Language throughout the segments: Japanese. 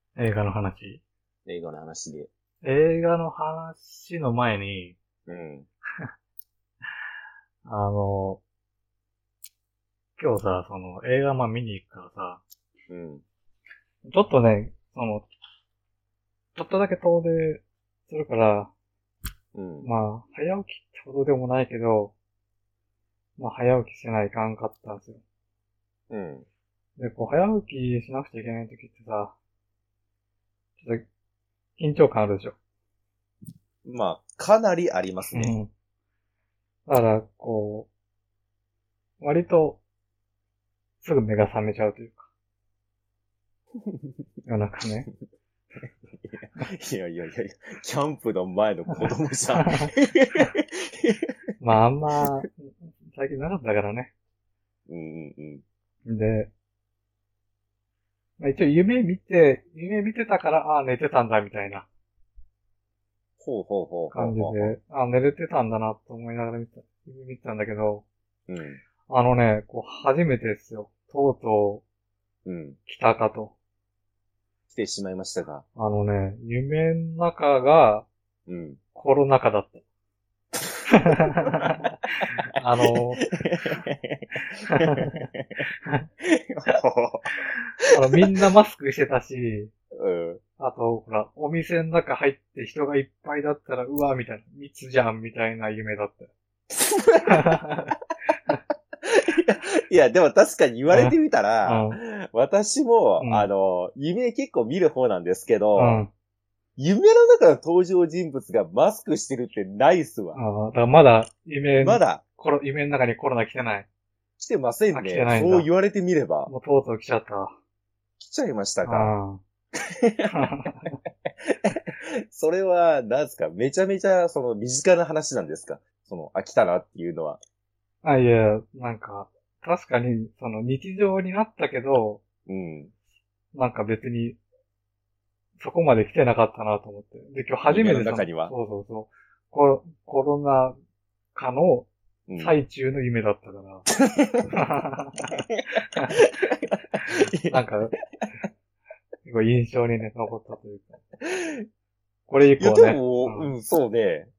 映画の話。 映画の話で。 映画の話の前に、 うん。 あの、今日さ、映画見に行くからさ、 うん。 ちょっとね、ちょっとだけ遠出するから、 うん。 早起きってほどでもないけど、早起きしないかんかったんですよ。 うん。 で、早起きしなくちゃいけない時ってさ、ちょっと緊張感あるでしょ。 かなりありますね。 うん。だから、割とすぐ目が覚めちゃうというか、夜中ね。 いやいやいやいや、キャンプの前の子供じゃん。 あんま、最近なかったからね。 うんうんうん。 で、一応夢見てたから、寝てたんだみたいなほうほうほうほうほうほ感じで、寝れてたんだなと思いながら夢見てたんだけど、 う。うん。 初めてですよ。とうとうん。 う来たかと。 来てしまいましたが。 夢の中がうん。 コロナ禍だった。あの、みんなマスクしてたし、 うん。 あと、ほら、お店の中入って人がいっぱいだったら、うわ、みたいな、密じゃん、みたいな夢だったよ。 いや、でも確かに言われてみたうら、 ん、 私も、 うん、 夢結構見る方なんですけど、 うん。 夢の中の登場人物がマスクしてるってないっすわ。 だからまだ、 まだ夢の中にコロナ来てない。 来てません来てね。 ないんだ。 そう言われてみれば。 もうとうとう来ちゃったわ。 来ちゃいましたか。 あそれは、なんですか、めちゃめちゃ、身近な話なんですか、来たなっていうのは。 いや、確かに、日常になったけど、 うん。 別に、そこまで来てなかったなと思って。で、今日初夢のめて中には。 そうそうそう、コロナ禍のうん。 最中の夢だったから。なんか、結構印象にね、残ったというか。これ以いや、 降ね、 でも、 うん。 そうね。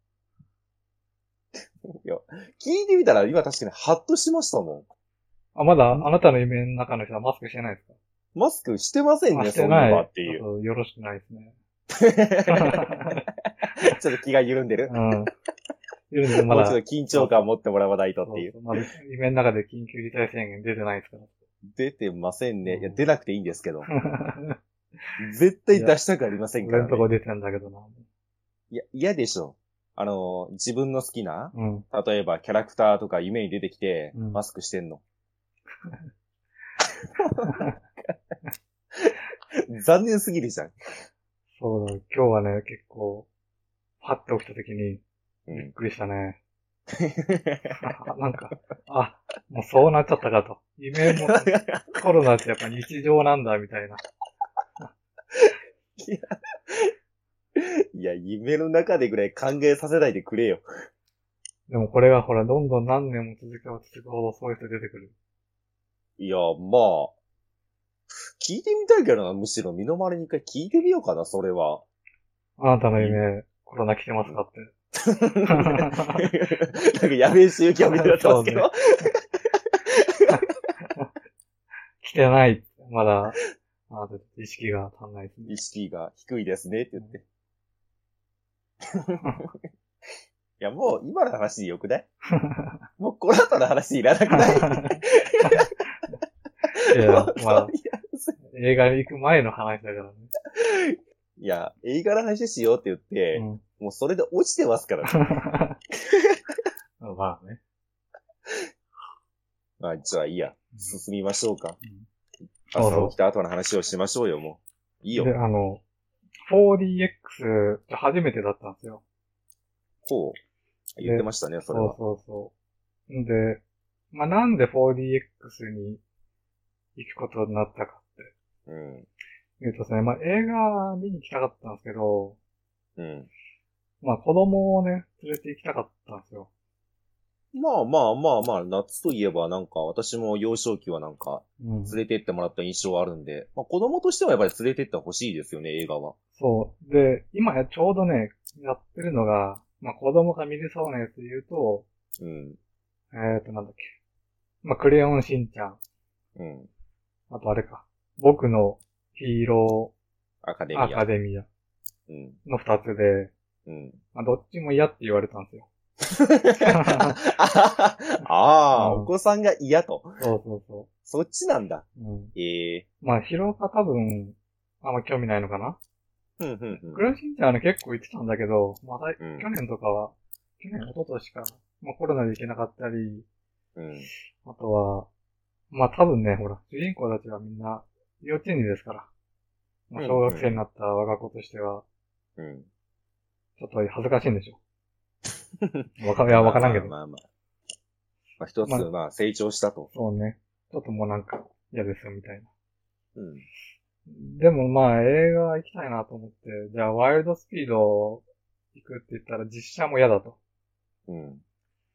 いや、聞いてみたら今確かにハッとしましたもまだ、 ん。 あなたの夢の中の人はマスクしてないですか？ マスクしてませんね、 してそういえない。 ばっていう。 ちょっとよろしくないですね。 ちょっと気が緩んでる。 うん。いるんで、まだ、 もうちょっと緊張感をそうそう、 持ってもらわないとっていう。 そうそう、まだ夢の中で緊急事態宣言出てないですから。 出てませんね。いや、 うん。 出なくていいんですけど。絶対いや、 出したくありませんか俺んらね。 とこ出てんだけどな。 いや、嫌でしょ。自分の好きな、 うん。 例えばキャラクターとか夢に出てきて、 うん。 マスクしてんの。残念すぎるじゃん。 そうだ、今日はね、結構、パッと起きた時に、 うん。 びっくりしたね。なんか、もうそうなっちゃったかと。夢も、コロナってやっぱ日常なんだ、みたいな。 いや、夢の中でぐらい考えさせないでくれよ。 でもこれがほら、どんどん何年も続けば続くほどそういう人出てくる。 いや、聞いてみたいけどな。むしろ身の回りに一回聞いてみようかな、それは。 あなたのい夢、コロナ来てますかって。 なんかやべえ宗教みたいになってますけど。 そうね。来てない。まだ、意識が足んないですね。 意識が低いですねって言って。いや、もう今の話でよくない？もうこの後の話いらなくない？ いや、 もうとりあえず映画に行く前の話だからね。 いや、映画の話しようって言って、 うん。 もうそれで落ちてますからね。 まあね。 じゃあいいや。進みましょうか。 うん、そうそ朝起きた後の話をしましょうよ、もう。いいう。で、 よ。 4DX 初めてだったんですよ。 ほう。言ってで、 ましたね、それそうは。 そうそう。んで、なんで 4DX に行くことになったかってうん。 言うとですね、映画見に行きたかったんですけど、 うん。 子供をね、連れて行きたかったんですよ。 まあまあまあまあ、夏といえばなんか、私も幼少期はなんか、 うん。 連れてってもらった印象はあるんで、まあ子供としてはやっぱり連れてってほしいですよね、映画は。 そう。で、今ちょうどね、やってるのが、まあ子供が見れそうなやつで言うと、 うん。 なんだっけ。まあクレヨンしんちゃん。 うん。 あとあれか。僕のヒーローアアカデミア。 カデミアうん。 の二つで、 うん。 まあどっちも嫌って言われたんですよ。 ああ、おうん。 子さんが嫌と。 そうそうそそっちなんだ。 う。うん。 ええまあヒロが多分、あんま興味ないのかな。 ー。うん、うん、うん。 クレヨンしんちゃんはね結構言ってたんだけど、まだ、 うん、 去年とかは、去年、一昨年か、まあコロナで行けなかったり、 うん。 あとは、まあ多分ね、ほら、主人公たちはみんな幼稚園児ですから。まあ小うん、うん、 学生になった我が子としては、 うん。 ちょっと恥ずかしいんでしょ。いや、わまあからんけど。 まあまあまあ。まあ一つ、 まあ、 まあ成長したと。 そうね。ちょっともうなんか嫌ですよ、みたいな。 うん。 でもまあ映画行きたいなと思って、じゃあワイルドスピード行くって言ったら実写も嫌だと。 うん。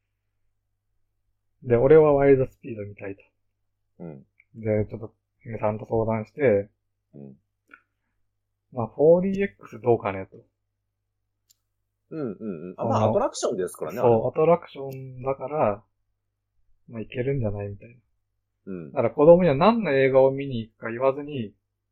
で、俺はワイルドスピード見たいと。 うん。 で、ちょっと、姫さんと相談して、 うん。 まあ 4DX どうかねと。 うん。うん。あ、まあアトその、 ラクションですからね、あれそう、アは。 トラクションだから、まあいけるんじゃないみたいな。 うん。 だから子供には何の映画を見に行くか言わずに、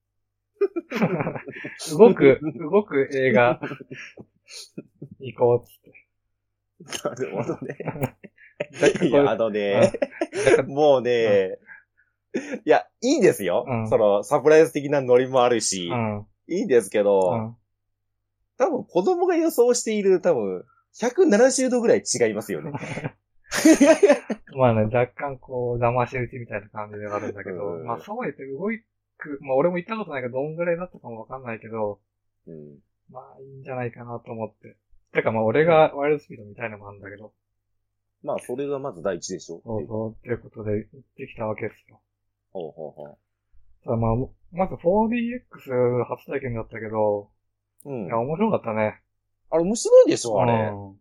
動く映画行こうっつなるほどね。 って。若干いや、 これ、若干、 もうね、いや、いいんですよ。 うん、 その、サプライズ的なノリもあるし、 うん、 いいんですけど、 うん。 多分子供が予想している多分、170度ぐらい違いますよね。 まあね、若干こう、騙し討ちみたいな感じではあるんだうけど、まあん。 そうやってまあ俺も行ったことないからどんぐらいだったかもわかんないけど、 うん。 まあいいんじゃないかなと思って。てかまあ俺うん。 がワイルドスピードみたいなのもあるんだけど、 まあ、それがまず第一でしょっていうか。 そうそう、ということで行ってきたわけですよ。 ほうほうほただまあ、まず 4DX 初体験だったけど、 う。ういや、 ん。 面白かったね。 あれ面白いでしょ、あれ。 うん。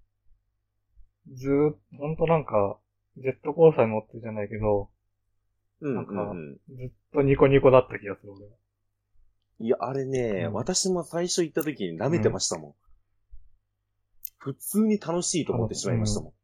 ほんとなんか、ジェットコースターに乗ってるじゃないけど、 うんうんなんか、 うん。 ずっとニコニコだった気がする、俺は。 いや、あれね、 うん。 私も最初行った時に舐めてうん。 ましたもん。普通に楽しいと思ってしまいましたも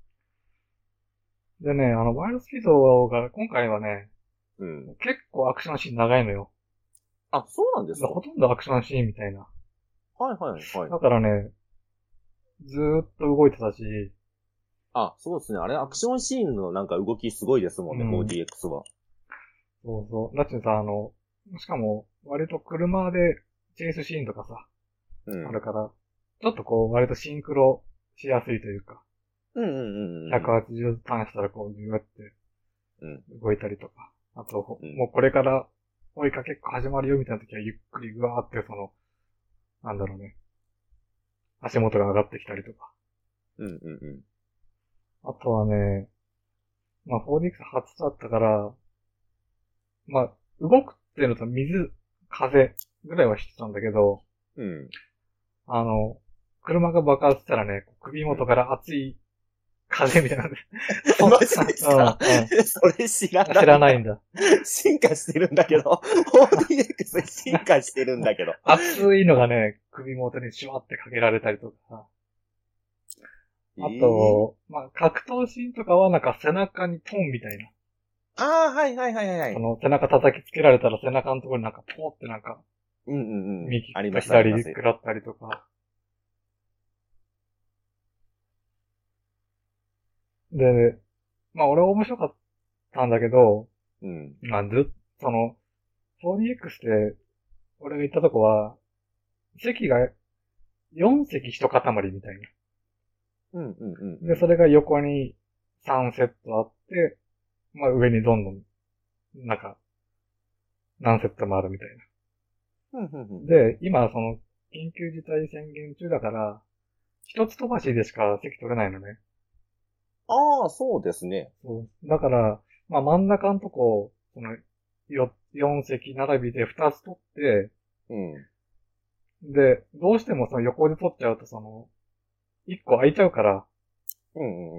でね、ワイルドスピードが、今回はね、 ん。うん。 結構アクションシーン長いのよ。 あ、そうなんですか？ ほとんどアクションシーンみたいな。 はいはいはい。 だからね、ずーっと動いてたし、 あ、そうですね。あれ、アクションシーンのなんか動きすごいですもんね、 うん。 4DX は。 そうそう。だってさ、しかも、割と車でチェイスシーンとかさ、 うん。 あるから、ちょっとこう、割とシンクロしやすいというか、 うんうんうんうん 180ターンしたらこう、ギューってうん。 動いたりとか。あと、 うん。 もうこれから追いかけっこ始まるよみたいな時はゆっくりぐわーってなんだろうね、足元が上がってきたりとか。 うんうんうん。 あとはね、まあ 4DX 初だったから、まあ、動くっていうのと水、風ぐらいはしてたんだけど、 うん。 あの、車が爆発したらね、首うん。 元から熱い風みたいなので。 マジですか？ うん、うん。 それ知らない。 知らないんだ。 進化してるんだけど。4DX 進化してるんだけど。 熱いのがね、首元にシュワってかけられたりとかさ。あええと、まあ、格闘シーンとかはなんか背中にトンみたいな。 ああ、はいはいはいはい。 背中叩きつけられたら背中のところになんかポーってなんか、 うんうんうん。 右とありますあります。 左食らったりとか。で、まあ俺は面白かったんだけど、 うん。 まあ4DX って俺が行ったとこは、席が4席一塊みたいうんうんうんな。で、 うん。 それが横に3セットあって、まあ上にどんどん、なんか、何セットもあるみたいうんうんうん。 な。で、今緊急事態宣言中だから、一つ飛ばしでしか席取れないのね。 ああ、そうですね。 そう。だから、まあ真ん中のとこ、4席並びで2つ取って、 うん。 で、どうしてもその横で取っちゃうと1個空いちゃうから、 うんうんうん。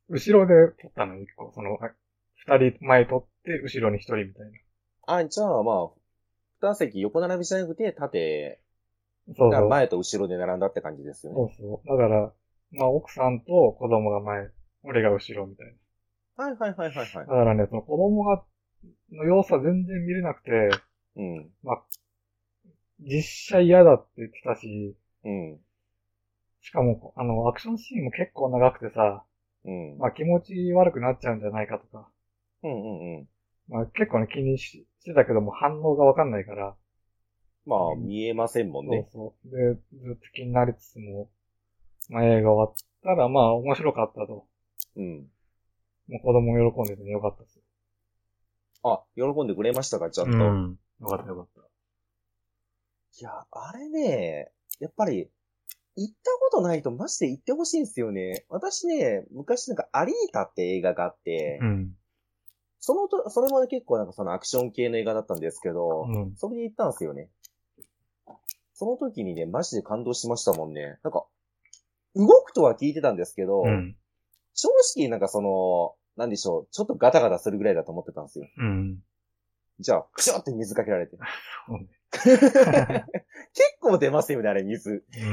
後ろで撮ったの、一個。二人前撮って、後ろに一人みたいな。 あ、じゃあまあ、二席横並びじゃなくて、縦、 そうそう。 前と後ろで並んだって感じですよね。 そうそう。だから、まあ、奥さんと子供が前、俺が後ろみたいはいはいはいはいはな。 い。 だからね、その子供の様子は全然見れなくて、 うん。 まあ、実写嫌だって言ってたし、 うん。 しかも、アクションシーンも結構長くてさ、 うん。 まあ気持ち悪くなっちゃうんじゃないかとか、 うんうんうん。 まあ結構ね気にしてたけども反応がわかんないから、 まあ、 うん、 見えませんもんね。 そうそう。で、ずっと気になりつつも、まあ映画終わったらまあ面白かったと。 うん。 もう子供喜んでてねよかったです。 あ、喜んでくれましたか、ちゃんと。 うん。よかったよかった。 いや、あれね、やっぱり、行ったことないとマジで行ってほしいんですよね。私ね、昔なんかアリータって映画があって、 うん。 それもね結構なんかそのアクション系の映画だったんですけど、 うん。 それで行ったんですよね。その時にね、マジで感動しましたもんね。なんか、動くとは聞いてたんですけど、 うん。 正直なんかなんでしょう、ちょっとガタガタするぐらいだと思ってたんですよ。 うん。 じゃあ、プシューって水かけられて。 そうね。 結構出ますよね、あれ、水。 うん。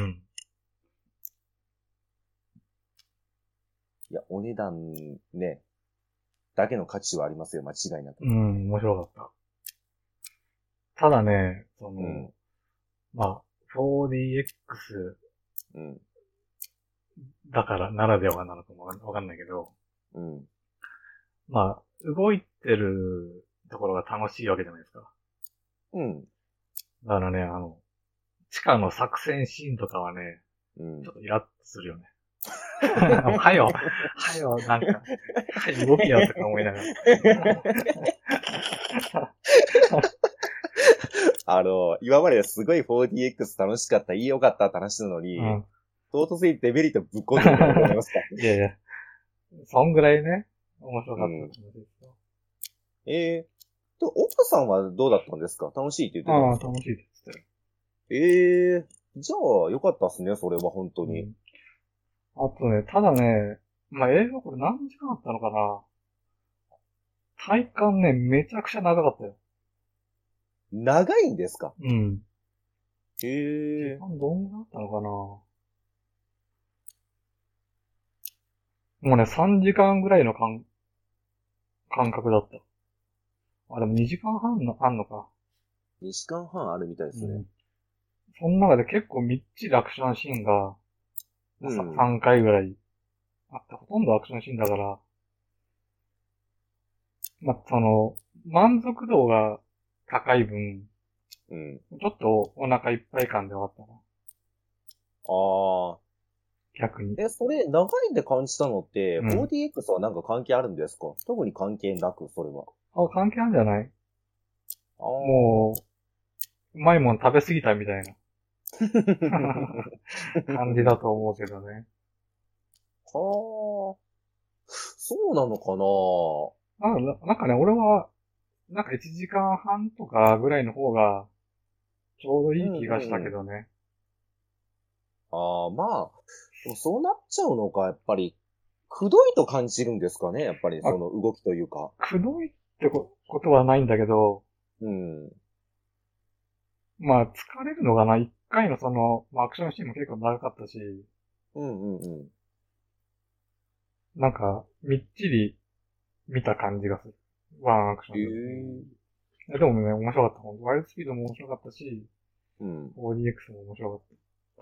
いや、お値段ね、だけの価値はありますよ、間違いなく。 うん。面白かった。ただね、 うん。 まあ、4DX うん。 だからならではなのかもわかんないけど、 うん。 まあ、動いてるところが楽しいわけじゃないですか。 うん。 だからね、地下の作戦シーンとかはね、 うん。 ちょっとイラッとするよね。はよ、はよ、なんか、はい、動きよとか思いながら。 今まですごい 4DX 楽しかった、いいよかったって話なのに、 うん。 唐突にデメリットぶっ込んでるのどう思いますか？ いやいや、そんぐらいね、面白かったっうん。 て話ですよ。 奥さんはどうだったんですか？楽しいって言ってたんああ、 ですか？ 楽しいですって。 じゃあ、よかったっすね、それは本当に。 うん。あとね、ただね、まあ、映画これ何時間あったのかな。体感ね、めちゃくちゃ長かったよ。 長いんですか？ うん。 へ時え。 間どんぐらいあったのかな。もうね、3時間ぐらいの感覚だった。あ、でも2時間半あんのか。 2時間半あるみたいですね。 うん。その中で結構みっちりアクションシーンが、 うん。 3回ぐらいあって、ほとんどアクションシーンだから、まあ、満足度が高い分、 うん。 ちょっとお腹いっぱい感ではあったな。 ああ。 逆に。 それ、長いって感じたのって、 うん。 4DX はなんか関係あるんですか？特に関係なく、それは。 あ、関係あるんじゃない？ ああ。 もう、うまいもん食べ過ぎたみたいな感じだと思うけどね。 はあ。そうなのかなんかね、俺は、なんか1時間半とかぐらいの方が、ちょうどな。ういいん気がしたうん。 けどね。 ああ、まあ、でもそうなっちゃうのか、やっぱり、くどいと感じるんですかね、やっぱりまあ、 その動きというか。 くどいってことはないんだけど、 うん。 まあ、疲れるのかな。一回のまあ、アクションシーンも結構長かったし、 うんうんうん。 なんか、みっちり見た感じがする。ワンアクショへンで。 え。 でもね、面白かった。本当ワイルドスピードも面白かったし、 うん。 4DX も面白かった。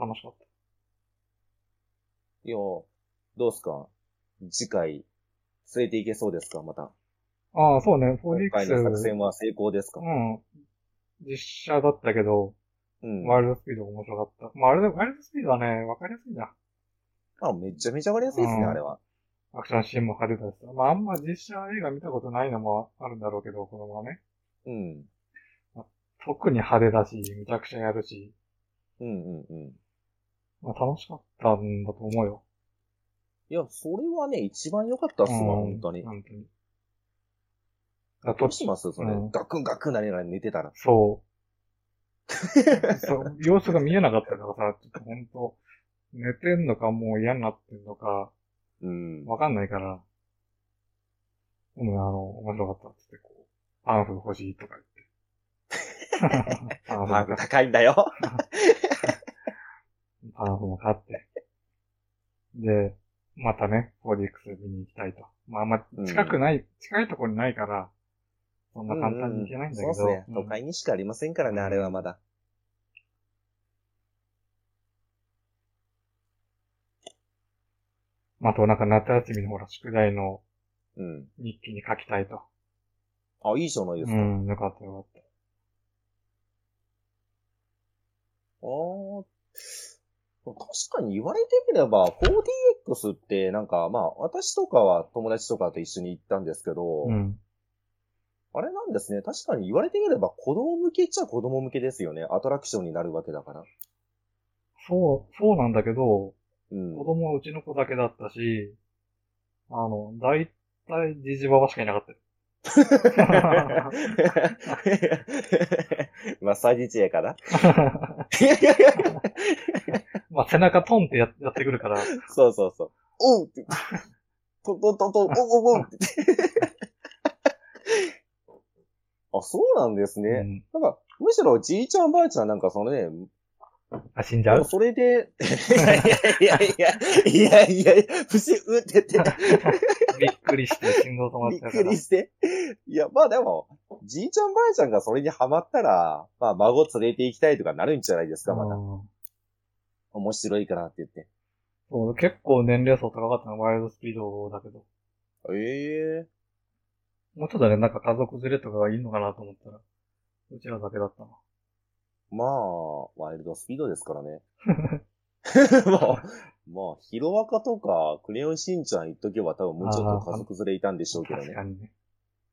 楽しかっいや、どうすか？次回、連れて行けそうですか？また。 た。ああ、そうね、 今回の作 4DX、 戦は成功ですか？ うん、実写だったけど、 うん。 ワイルドスピードも面白かった。まあ、あれで、ワイルドスピードはね、わかりやすいんだ。 あ、めちゃめちゃわかりやすいですね、あうん。 れは。 アクションシーンも派手だしさ。まあ、あんま実写映画見たことないのもあるんだろうけど、子供はね。 うん。 まあ、特に派手だし、むちゃくちゃやるし、 うんうんうん。 まあ、楽しかったんだと思うよ。 いや、それはね、一番良かったっうすわ、本ん、 当に。 本当に。 どうしますそれ？ うん、 ガクンガクンなりながら寝てたら。 そう。そう、様子が見えなかったからさ、ちょっと本当寝てんのかもう嫌になってんのか、 うん。 わかんないから、でも面白かったってこう、パンフ欲しいとか言って。 パンフ高いんだよ。 パンフも買って。で、またね、4DX 見に行きたいと。まあ、近くない、近いところにないから、そんな簡単に行けないんだけど。 そうですね。都会にしかありませんからね、あれはまだ。 あと、なんか夏休みのほら、宿題の日記に書きたいと。 あ、いいじゃないですか。 よかったよかった。 確かに言われてみれば、4DX ってなんか、まあ、私とかは友達とかと一緒に行ったんですけど、あれなんですね。確かに言われてみれば子供向けっちゃ子供向けですよね。アトラクションになるわけだから。 そうなんだけど、 うん。 子供はうちの子だけだったし、だいたいジジババしかいなかったよ。 マッサージチェアかなまあ、背中トンってやってくるから。 そうそうそう。おうって。トントントントン、おうおうおうって。あ、そうなんですね。なんか、むしろじいちゃんばあちゃんなんかそのね、 死んじゃうそれで、いやいやいやいやいや、不思うって言って。 びっくりして心臓止まっちゃうから。 びっくりして。いや、まあでも、じいちゃんばあちゃんがそれにハマったら、まあ孫連れて行きたいとかなるんじゃないですか、また。面白いからって言って。 そう、結構年齢層高かったの、ワイルドスピードだけど。もうちょっとね、なんか家族連れとかがいいのかなと思ったら、うちらだけだったな。 まあ、ワイルドスピードですからね。まあ、ヒロアカとか、クレヨンしんちゃん言っとけば多分もうちょっと家族連れいたんでしょうけどね。 確かにね。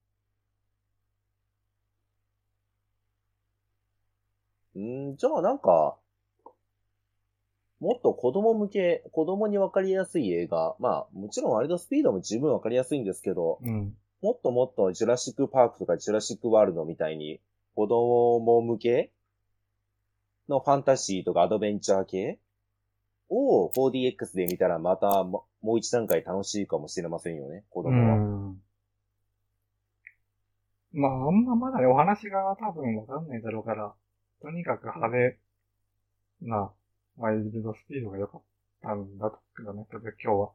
じゃあなんか、もっと子供向け、子供にわかりやすい映画。まあ、もちろんワイルドスピードも十分わかりやすいんですけど、もっともっとジュラシックパークとかジュラシックワールドみたいに、子供向けのファンタジーとかアドベンチャー系を 4DX で見たらまたもう一段階楽しいかもしれませんよね、子供は。 まあ、あんままだね、お話が多分わかんないだろうから、とにかく派手なワイルドスピードが良かったんだけどね、今日は。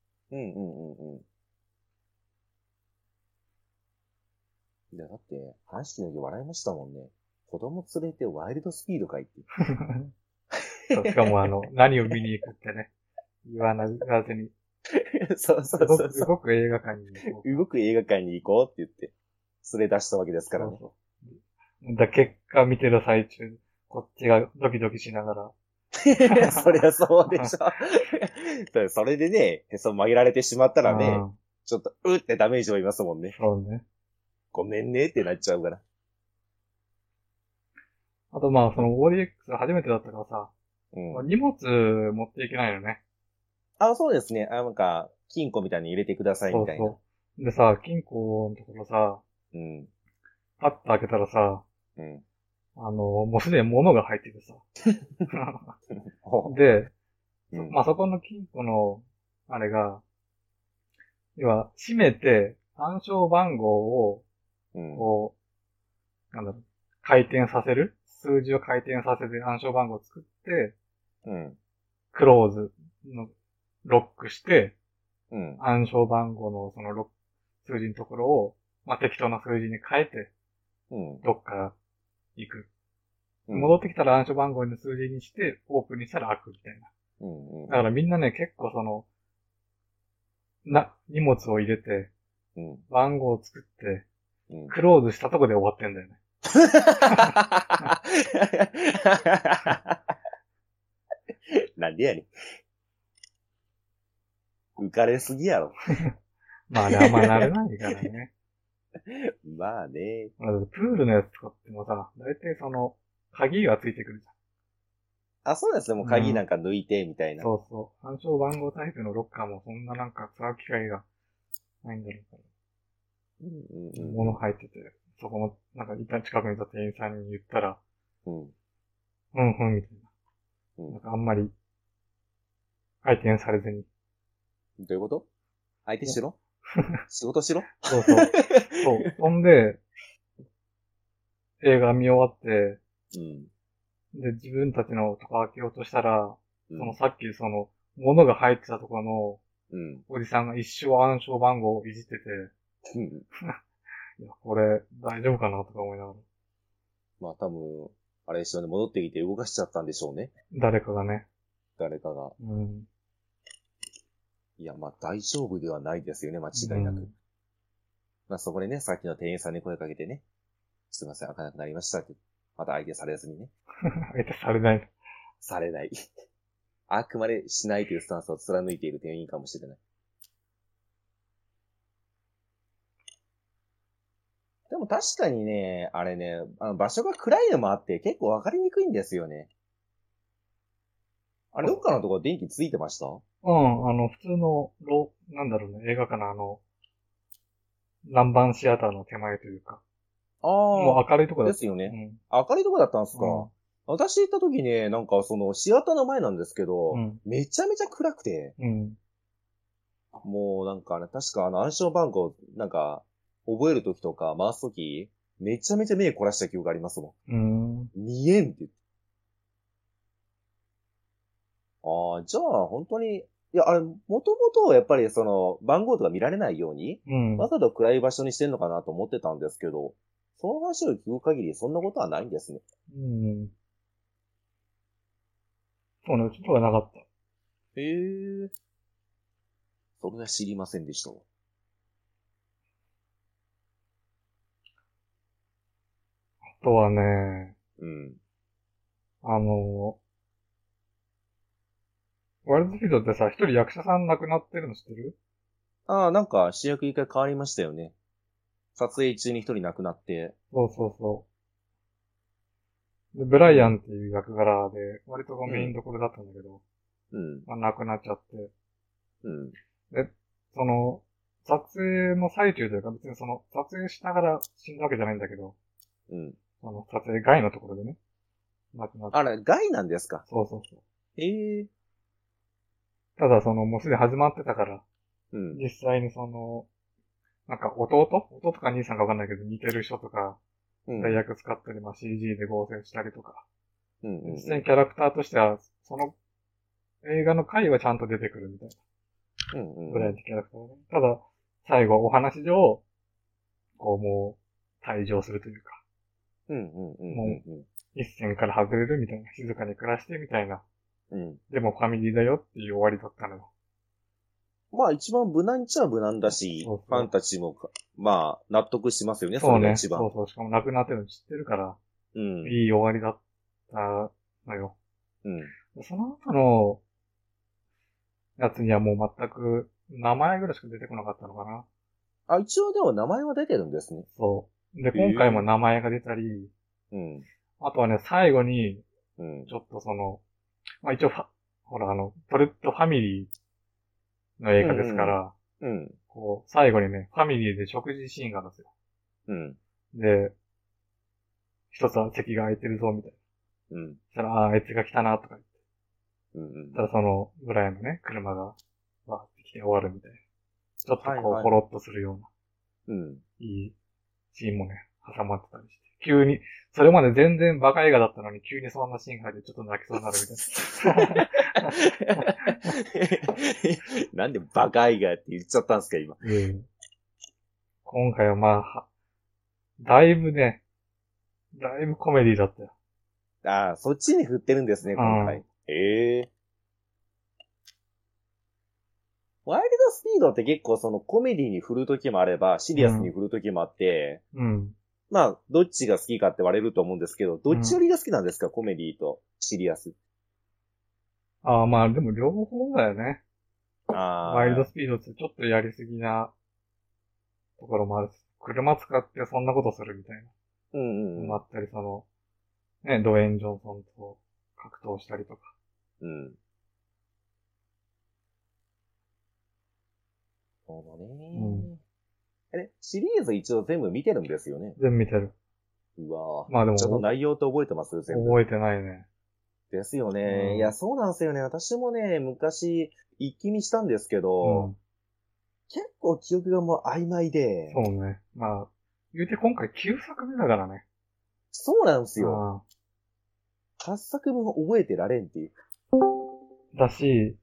いや、だって、話してる時笑いましたもんね。子供連れてワイルドスピードかいって。 しかも何を見に行くってね、言わずに。 そうそうそうそう。 動く映画館に行こう。 動く映画館に行こうって言って、連れ出したわけですからね。 結果見てる最中、こっちがドキドキしながら。 そりゃそうでしょ。それでね、へそ曲げられてしまったらね、ちょっと、うってダメージを負いますもんね。 そうね。 ごめんねってなっちゃうから。 あとまあ、その ODX 初めてだったからさ、荷物持っていけないよね。 あ、そうですね。なんか、金庫みたいに入れてくださいみたいな。 そうでさ、金庫のところさ、パッと開けたらさ、もうすでに物が入っててさ。で、まあ、そこの金庫の、あれが、要は、閉めて、暗証番号を、こう、なんだろう、回転させる数字を回転させて暗証番号を作って、クローズのロックして、暗証番号のその数字のところを、まあ、適当な数字に変えて、どっか行く。戻ってきたら暗証番号の数字にして、オープンにしたら開くみたいな。だからみんなね、結構荷物を入れて、番号を作って、クローズしたとこで終わってんだよね。 なんでやねん。浮かれすぎやろ。 まあね、あんま慣れないからね。 まあね。 プールのやつとかってもさ、だいたい鍵がついてくるじゃん。あ、そうですね。もう鍵なんか抜いて、みたいな。 そうそう。暗証番号タイプのロッカーもそんななんか使う機会がないんだろうから。物入ってて、そこの、なんか一旦近くにいた店員さんに言ったら、みたいな。なんかあんまり、回転されずに、 どういうこと？相手しろ仕事しろそうそう。そう。ほんで、映画見終わって、うん。で、自分たちのとこ開けようとしたら、そのさっき物が入ってたところの、おじさんが一生暗証番号をいじってて、いや、これ大丈夫かなとか思いながら。 まあ多分、あれ一緒に戻ってきて動かしちゃったんでしょうね。 誰かがね。 誰かが。うん。いや、まあ大丈夫ではないですよね、間違いなく。うん、まあそこでね、さっきの店員さんに声かけてね、すいません、開かなくなりましたって、また相手されずにね。 相手されない。 されない。あくまでしないというスタンスを貫いている店員かもしれない。でも確かにね、あれね、場所が暗いのもあって結構わかりにくいんですよね。あれ、どっかのところ電気ついてました？ うん、普通の、なんだろうね、映画館の南蛮シアターの手前というか。ああ。もう明るいとこだった。 ですよね。うん、明るいとこだったんですか、うん、私行った時ね、なんかシアターの前なんですけど、うん、めちゃめちゃ暗くて、うん、もうなんかね、確か暗証番号、なんか、覚える時とか回す時、めちゃめちゃ目凝らした記憶がありますもん。見えんって言って。ああ、じゃあ本当に、いや、あれ、もともとやっぱり番号とか見られないように、わざと暗い場所にしてんのかなと思ってたんですけど、その話を聞く限りそんなことはないんですね。 そうね、ちょっとはなかった。 へえ。それは知りませんでしたわ。 あとはね、ワイルドスピードってさ、一人役者さん亡くなってるの知ってる？ ああ、なんか主役一回変わりましたよね。撮影中に一人亡くなって。 そうそうそう。で、ブライアンっていう役柄で、割とメインどころだったんだけど、まあ亡くなっちゃって。で、撮影の最中というか、別に撮影しながら死んだわけじゃないんだけど、撮影外のところでね、亡くなって。 あれ、外なんですか？ そうそうそう。 ただもうすでに始まってたから、実際になんか弟か兄さんかわかんないけど似てる人とか、代役使ったり、まあ CG で合成したりとか、実際にキャラクターとしては、映画の回はちゃんと出てくるみたいな。ぐらいのキャラクターね。ただ、最後お話上、もう、退場するというか。もう、一線から外れるみたいな。静かに暮らしてみたいな。でもファミリーだよっていう終わりだったのよ。 まあ一番無難っちゃ無難だし、そうそうファンたちも、まあ納得しますよね、それが一番。 そうそう、しかも亡くなってるの知ってるから、いい終わりだったのよ。その後のやつにはもう全く名前ぐらいしか出てこなかったのかな。 あ、一応でも名前は出てるんですね。 そう。で、今回も名前が出たり、あとはね、最後に、ちょっとまあ一応ほらトレッドファミリーの映画ですから、最後にね、ファミリーで食事シーンがあるんですよ。で、一つは席が空いてるぞ、みたいな。そしたら、あいつが来たな、とか言って。ただぐらいのね、車が、わーって来て終わるみたいな。ちょっとほろっとするような、いいシーンもね、挟まってたりして。急に、それまで全然バカ映画だったのに、急にそんなシーンが入ってちょっと泣きそうになるみたいな。なんでバカ映画って言っちゃったんですか、今。 今回はまあ、だいぶコメディだったよ。 ああ、そっちに振ってるんですね、今回。ワイルドスピードって結構コメディに振るときもあれば、シリアスに振るときもあって、まあ、どっちが好きかって割れると思うんですけど、どっちよりが好きなんですか、コメディとシリアス。 ああ、まあでも両方だよね。ワイルドスピードってちょっとやりすぎなところもあるし、車使ってそんなことするみたいな。あったり、ね、ドウェイン・ジョンソンと格闘したりとか。 そうだね。シリーズ一応全部見てるんですよね。 全部見てる。 うわぁ。まあでも。ちょっと内容って覚えてます？全部。 覚えてないね。 ですよね。いや、そうなんですよね。私もね、昔、一気見したんですけど、結構記憶がもう曖昧で。 そうね。まあ、言うて今回9作目だからね。 そうなんですよ。8作分覚えてられんっていう。 だし、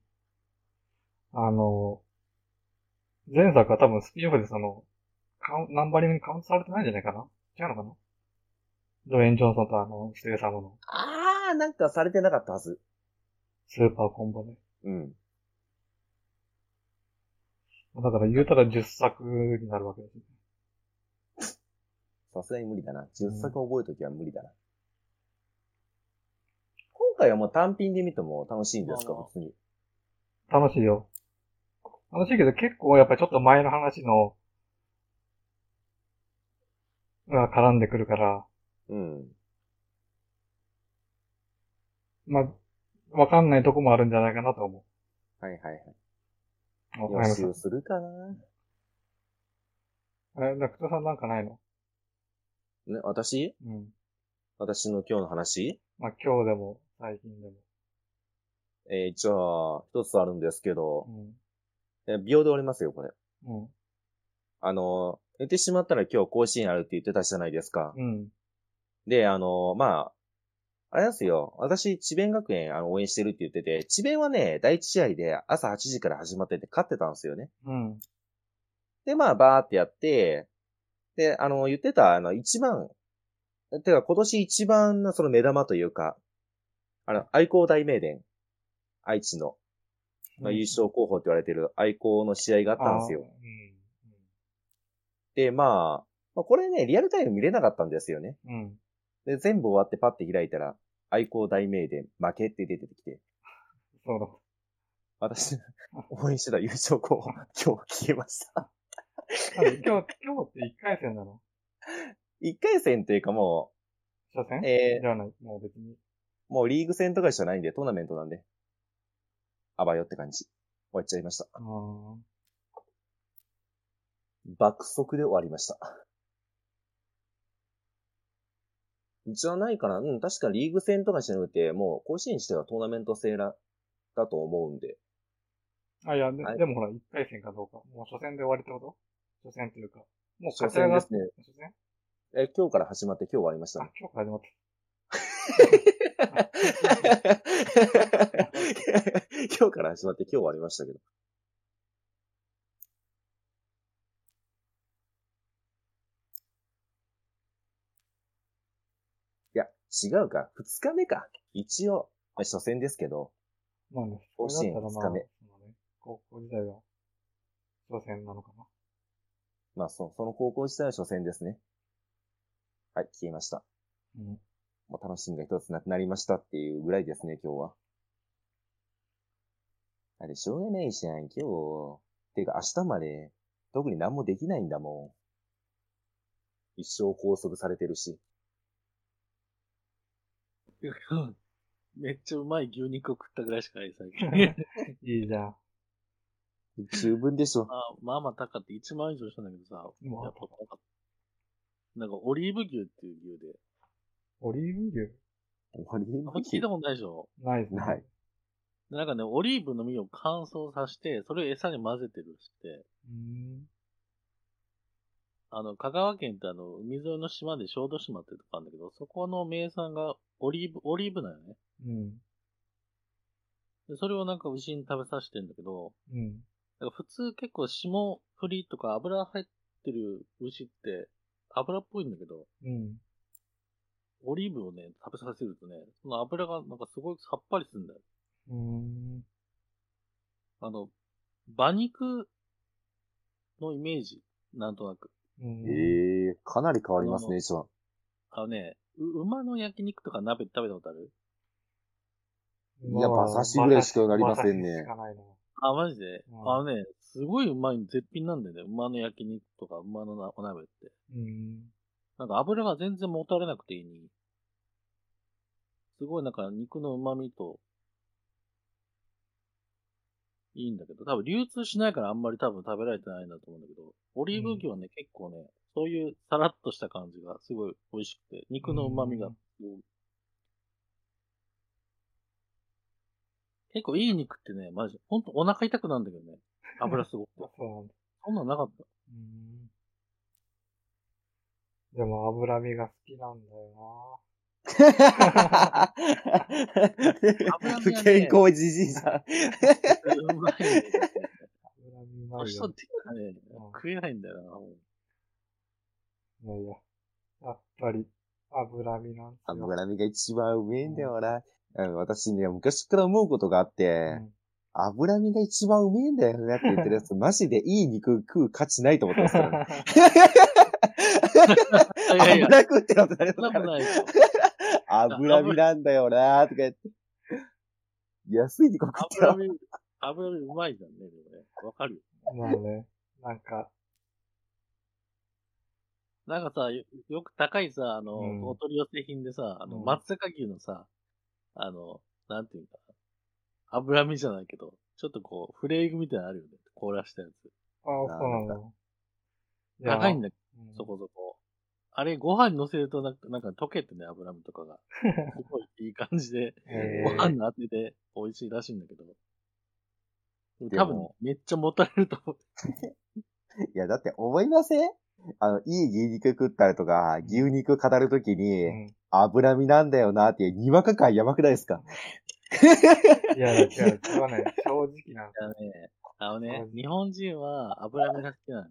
前作は多分スピンオフでナンバリングにカウントされてないんじゃないかな。違うのかな。ドウェイン・ジョンソンとステイサムの。 なんかされてなかったはず。 スーパーコンボで。 うん。 だから言うたら10作になるわけですね。 さすがに無理だな。10作覚えるときは無理だな。今回はもう単品で見ても楽しいんですか、普通に。 楽しいよ。楽しいけど結構やっぱりちょっと前の話の、が絡んでくるから。 うん。 まあ、わかんないとこもあるんじゃないかなと思はいはいはい。 う。 予習するかな。 中田さんなんかないの？ ね、私うん。 私の今日の話まあ今日でも、最近でも。 じゃあ、一つあるんですけど、 うん。 秒で終わりますよ、これ。 うん。 寝てしまったら今日甲子園あるって言ってたじゃないですか。 うん。 で、まあ、あれなんですよ。私、智弁学園、応援してるって言ってて、智弁はね、第一試合で朝8時から始まってて勝ってたんですよね。 うん。 で、まあ、バーってやって、で、言ってた、一番、てか今年一番のその目玉というか、愛工大名電、愛知の、まあ、優勝候補って言われてる愛工の試合があったんですよ。で、まあ、これね、リアルタイム見れなかったんですよね。 うん。 で、全部終わってパッて開いたら、愛工大名電負けって出てきて。 そうだ。 私、応援してた優勝候補、今日消えました。 今日って1回戦なの ?1 回戦っていうかもう、初戦じゃない、もう別に。 もうリーグ戦とかじゃないんで、トーナメントなんで。あばよって感じ。終わっちゃいました。爆速で終わりました。じゃないかな。確かリーグ戦とかじゃなくて、もう甲子園自体はトーナメント制だと思うんで。 いや、でもほら、1回戦かどうか。もう初戦で終わりってこと初戦っていうか。もう初戦ですね。 初戦今日から始まって今日終わりましたね。 今日から始まった。 今日から始まって今日終わりましたけど。いや、違うか。2日目か。一応、初戦ですけど。 まあね、 甲子園2日目。 高校時代は初戦なのかな。 まあその高校時代は初戦ですね。はい、消えました。もう楽しみが一つなくなりましたっていうぐらいですね、今日は。あれ、しょうがないじゃん、今日。てか明日まで、特に何もできないんだもん。一生拘束されてるし。 めっちゃうまい牛肉を食ったぐらいしかない、最近。 いいじゃん。 十分でしょ。 まあまあ高って1万以上したんだけどさ、やっぱ高かった。なんかオリーブ牛っていう牛で。 オリーブ牛オリーブ牛聞いたことないでしょ？ ないですね。 ない。 なんかね、オリーブの実を乾燥させて、それを餌に混ぜてるらしくて。香川県って海沿いの島で小豆島ってとこあるんだけど、そこの名産がオリーブなんよね。で、それをなんか牛に食べさせてんだけど、だから普通結構霜降りとか油入ってる牛って油っぽいんだけど、オリーブをね、食べさせるとね、その油がなんかすごいさっぱりするんだよ。馬肉のイメージ、なんとなく。 かなり変わりますね、じゃあ。馬の焼肉とか鍋食べたことある？ いや、馬刺しぐらいしかなりませんね。 マジで、すごいうまい絶品なんだよね。馬の焼肉とか馬のお鍋って。なんか油が全然もたれなくていいに。すごいなんか肉の旨味と、いいんだけど、多分流通しないからあんまり多分食べられてないんだと思うんだけど、オリーブ牛はね、結構ね、そういうさらっとした感じがすごい美味しくて、肉の旨味がすごい。 結構いい肉ってね、マジ、ほんとお腹痛くなるんだけどね。油すごくて。 そうなんだ。 そんなんなかった。 でも脂身が好きなんだよ油身はね、 健康じじいじゃん。 うまいね。 脂身うまい年よ。 取ってからね、食えないんだよいやいや、やっぱり脂身なんですよ。 脂身が一番うめえんだよな。私ね、昔から思うことがあって、脂身が一番うめえんだよねって言ってるやつ、マジでいい肉食う価値ないと思ってますからね。油食ってのってなりますからね。脂身なんだよなーとか言って。安い肉食ってよ。 油身うまいじゃんね、でもね。わかるよ。 まあね、なんかさ、よく高いさ、お取り寄せ品でさ、松阪牛のさ、なんていうか、脂身じゃないけど、ちょっとこう、フレークみたいなのあるよね。凍らしたやつ。 ああ、そうなんだ。 高いんだけど、そこそこ。あれ、ご飯に乗せるとなんか溶けてね、脂身とかが。すごいいい感じで、ご飯に当てて美味しいらしいんだけど。多分、めっちゃもたれると思う。 いや、だって思いません？いい牛肉食ったりとか、牛肉語るときに、脂身なんだよなっていう、にわか感やばくないですか？ いや、それはね、正直なんだね。日本人は脂身が好きなの。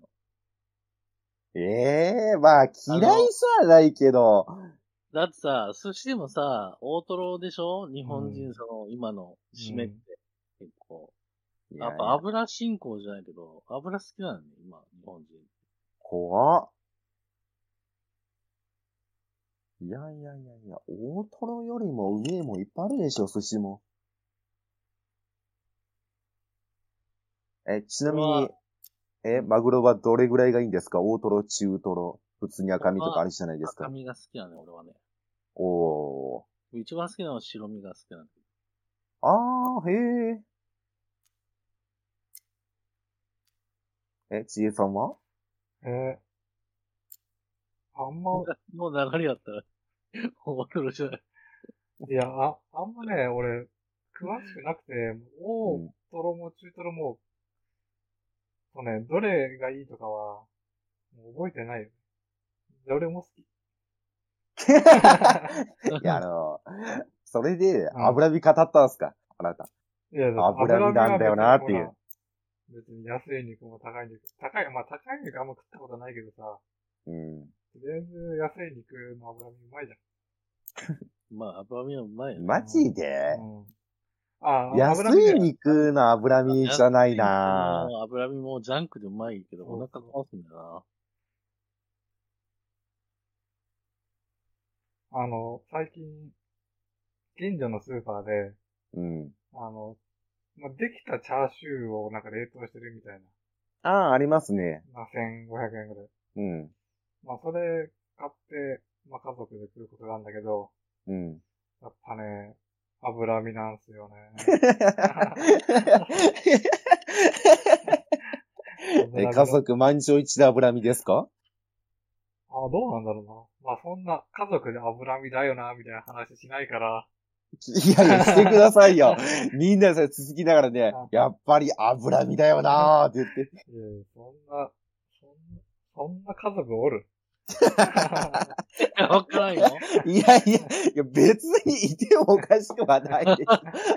まあ、嫌いさはないけど。 だってさ、寿司でもさ、大トロでしょ？日本人、今の締めって、結構。やっぱ油信仰じゃないけど、油好きなのね、今、日本人。 怖っ。いや、大トロよりもうめえもんいっぱいあるでしょ、寿司も。ちなみに、マグロはどれぐらいがいいんですか？大トロ、中トロ、普通に赤身とかあるじゃないですか。 赤身が好きなの、俺はね。 おー。 一番好きなのは白身が好きなんだけど。あー、へー。ちえさんは？ あんま、 もう流れやったら、大トロじゃない。 いや、あんまね、俺、詳しくなくて、大トロも中トロも、どれがいいとかは、もう覚えてないよ。どれも好き。 いや、それで、脂身語ったんすか？あなた。 いや、 脂身なんだよなっていう。 別に安い肉も高い肉。高い肉あんま食ったことないけどさ。とりあえず安い肉の脂身うまいじゃん。 まあ、脂身はうまいよね。 マジで？安い肉の脂身じゃないなぁ。 脂身もジャンクでうまいけど、お腹壊すんだよな。最近、近所のスーパーで、できたチャーシューをなんか冷凍してるみたいな。ありますね。 1500円ぐらい。それ買って、家族で食うことがあるんだけど、やっぱね、脂身なんすよね。 家族満場一致で脂身ですか？ どうなんだろうな。そんな家族で脂身だよな、みたいな話しないから。 いや、してくださいよ。みんな続きながらね、やっぱり脂身だよなーって言って。 いや、そんな家族おる？ わからんよ。 いや、別にいてもおかしくはないでしょ。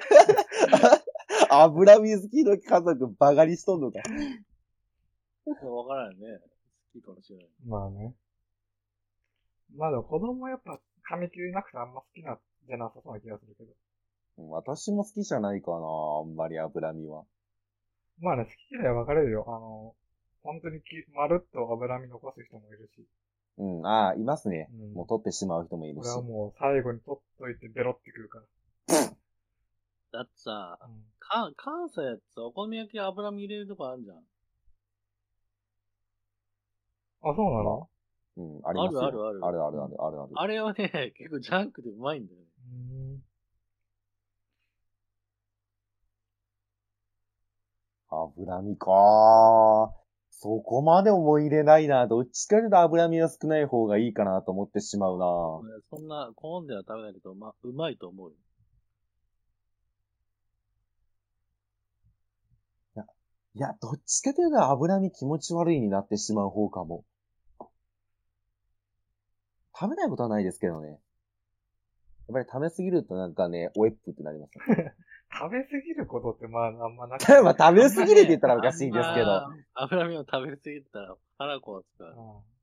脂身好きの家族バカにしとんのか。 わからんよね。好きかもしれない。 まあね。でも子供やっぱ噛み切れなくてあんま好きな、じゃなさそうな気がするけど。 私も好きじゃないかな、あんまり脂身は。 まあね、好き嫌い分かれるよ。本当にまるっと脂身残す人もいるし。 いますね。もう取ってしまう人もいるし。 俺はもう最後に取っといてベロってくるから。 だってさ、関西やつお好み焼き脂身入れるとこあるじゃん。 そうなの？ ありますよ。 ある。あれはね、結構ジャンクでうまいんだよね。 脂身かー。そこまで思い入れないな。どっちかというと脂身が少ない方がいいかなと思ってしまうな。 そんな、好んでは食べないけど、うまいと思うよ。 いや、どっちかというと脂身気持ち悪いになってしまう方かも。食べないことはないですけどね。やっぱり食べすぎるとなんかね、おえっぷってなりますね。 食べすぎることってまああんまなくまあ食べすぎるって言ったらおかしいんですけど。 脂身を食べすぎたら腹壊すから。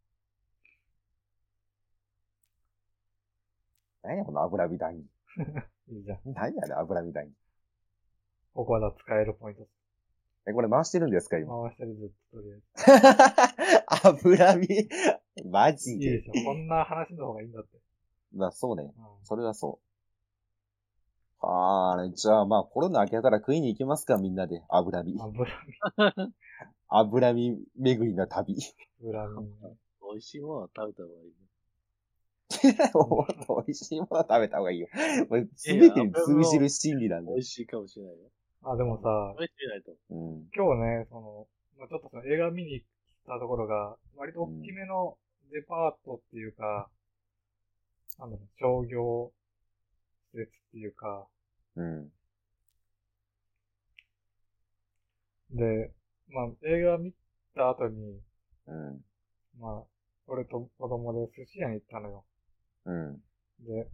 何やこの脂身談義。 いいじゃん。 何やね脂身談義。 ここは使えるポイント。 これ回してるんですか今。 回してるずっととりあえず。脂身。マジで。 いいでしょ。こんな話の方がいいんだって。 まあそうね。それはそう。じゃあまあコロナ明けたら食いに行きますかみんなで。脂身。脂身巡りの旅。 脂身。 美味しいものは食べた方がいいね。 もっと美味しいもの食べた方がいいよ。すべてに通じる心理なんだよ。 美味しいかもしれないよ。 でもさ、 美味しいないと。 今日ね、ちょっと映画見に行ったところが、割と大きめのデパートっていうか、商業施設っていうか、で、映画見た後に、俺と子供で寿司屋に行ったのよ。で、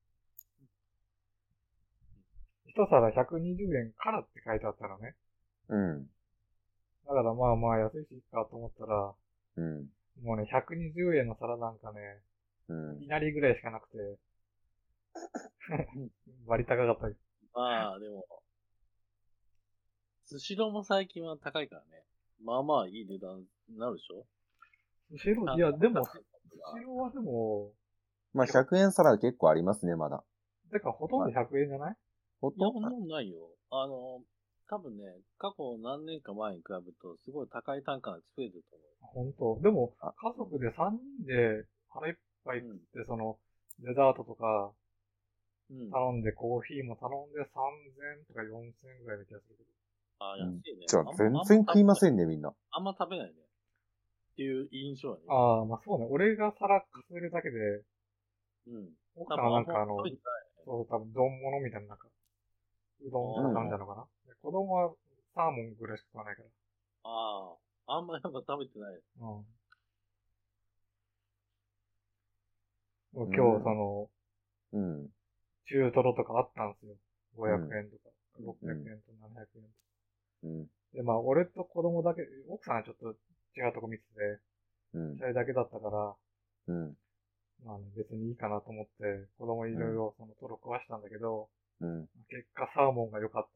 一皿120円からって書いてあったのね。だから安いしいいかと思ったら、もうね、120円の皿なんかね、いなりぐらいしかなくて、割高かった。 まあ、でも、スシローも最近は高いからね。まあまあいい値段になるでしょ？ スシロー、いや、でも、スシローはでも、 まあ100円皿結構ありますね、まだ。 てか、ほとんど100円じゃない？ ほとんどないよ。多分ね、過去何年か前に比べると、すごい高い単価が増えてると思う。本当。でも、家族で3人で腹いっぱい食って、デザートとか、頼んで、コーヒーも頼んで3000とか4000ぐらいの気がするけど。 安いね。 じゃあ全然食いませんね、みんな。 あんま食べないね。っていう印象はね。 そうね。俺が皿かするだけで、奥さんはなんかそう、多分丼物みたいなうどんとか頼んだのかな。子供はサーモンぐらいしか食わないから。 あんまりなんか食べてない。 今日、中トロとかあったんですよ。500円とか、600円と700円とか。で、俺と子供だけ、奥さんはちょっと違うとこ見てて、それだけだったから、別にいいかなと思って、子供いろいろトロ食わしたんだけど、結果サーモンが良かった。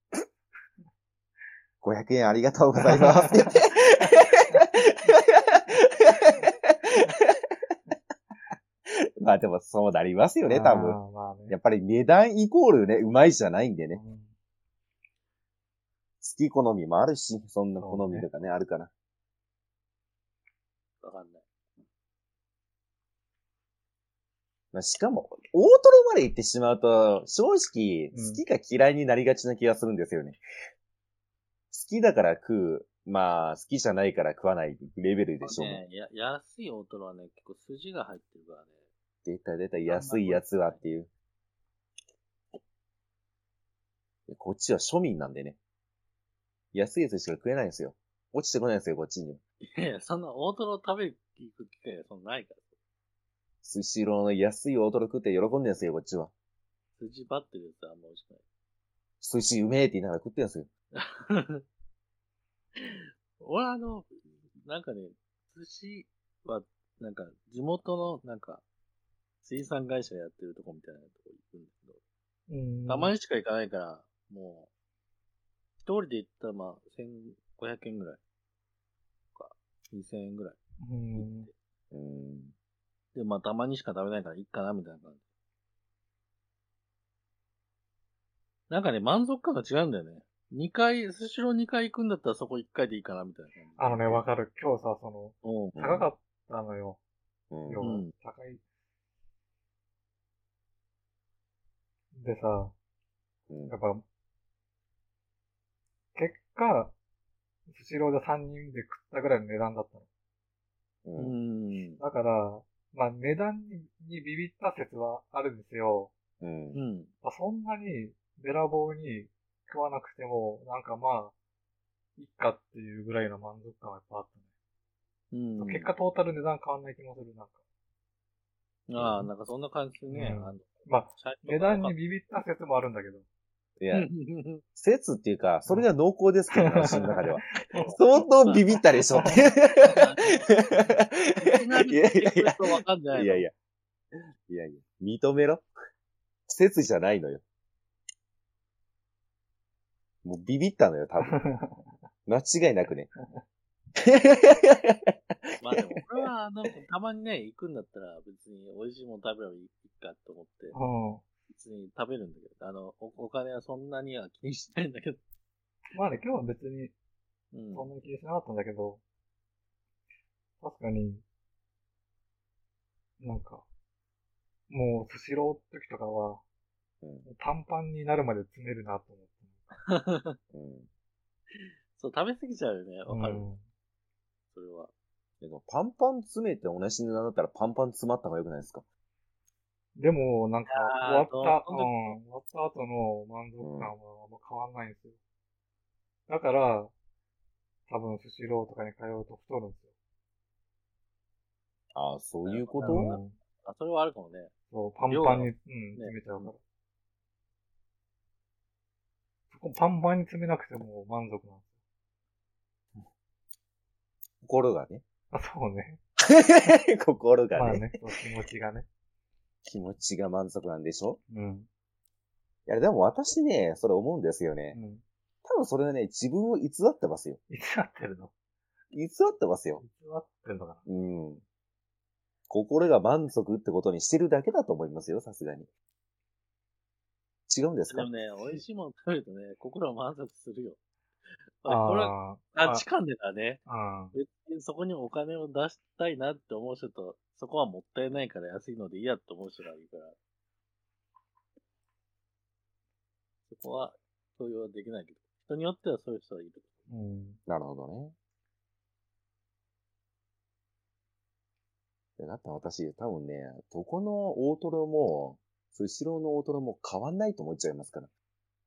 500円ありがとうございます。まあでもそうなりますよね、多分。やっぱり値段イコールね、うまいじゃないんでね。好き好みもあるし、そんな好みとかね、あるから。 わかんない。 しかも、大トロまで行ってしまうと、正直、好きか嫌いになりがちな気がするんですよね。好きだから食う、好きじゃないから食わないレベルでしょうね。 安い大トロはね、結構筋が入ってるからね。 出た、安いやつはっていう。こっちは庶民なんでね。安いやつしか食えないんですよ。落ちてこないんですよ、こっちにも。 いや、そんな大トロ食べに行く機会はそんなないから。 スシローの安い大トロ食って喜んでんですよ、こっちは。 筋張ってるやつはあんま美味しくない。 寿司うめえって言いながら食ってんですよ。 俺なんかね、寿司は、なんか、地元の、なんか、水産会社やってるとこみたいなとこ行くんだけど、たまにしか行かないから、もう、一人で行ったら1500円ぐらい。とか、2000円ぐらい。で、たまにしか食べないからいいかな、みたいな感じ。なんかね、満足感が違うんだよね。スシロー2回行くんだったらそこ1回でいいかな、みたいな感じ。 わかる。今日さ、高かったのよ。高い。でさ、やっぱ、結果、スシローで3人で食ったぐらいの値段だったの。だから、値段にビビった説はあるんですよ。そんなにべらぼうに食わなくても、 いっかっていうぐらいの満足感はやっぱあったね。うん。結果トータル値段変わんない気もする、なんか。 ああ、なんかそんな感じでね。 まあ、値段にビビった説もあるんだけど。 いや、説っていうか、それが濃厚ですけど、私の中では。相当ビビったでしょ。いやいや、認めろ。説じゃないのよ。もうビビったのよ、多分。間違いなくね。 まあでも、俺は、たまにね、行くんだったら、別に美味しいもの食べればいいかと思って、別に食べるんだけど、お金はそんなには気にしないんだけど。 まあね、今日は別に、そんなに気にしなかったんだけど、確かに、なんか、もう、スシローの時とかは、パンパンになるまで詰めるなと思って。 そう、食べ過ぎちゃうよね。わかる。それは。 パンパン詰めて同じ値段だったらパンパン詰まった方が良くないですか？ でも、なんか、終わった後の満足感はあんま変わんないんですよ。だから、多分スシローとかに通うと太るんですよ。 ああ、そういうこと？ あ、それはあるかもね。 そう、パンパンに、詰めちゃうから。そこパンパンに詰めなくても満足なんですよ。 心がね。 あ、そうね。 心がね。 まあね、気持ちがね。 気持ちが満足なんでしょ？ うん。 いや、でも私ね、それ思うんですよね。多分それはね、自分を偽ってますよ。 偽ってるの？ 偽ってますよ。 偽ってるのかな？ 心が満足ってことにしてるだけだと思いますよ、さすがに。違うんですか？ でもね、美味しいもの食べるとね、心は満足するよ。これは価値観でだね。別にそこにお金を出したいなって思う人と、そこはもったいないから安いのでいいやって思う人がいるから。そこは共有はできないけど、人によってはそういう人はいる。 なるほどね。だって私、多分ね、どこの大トロも、スシローの大トロも変わんないと思っちゃいますから。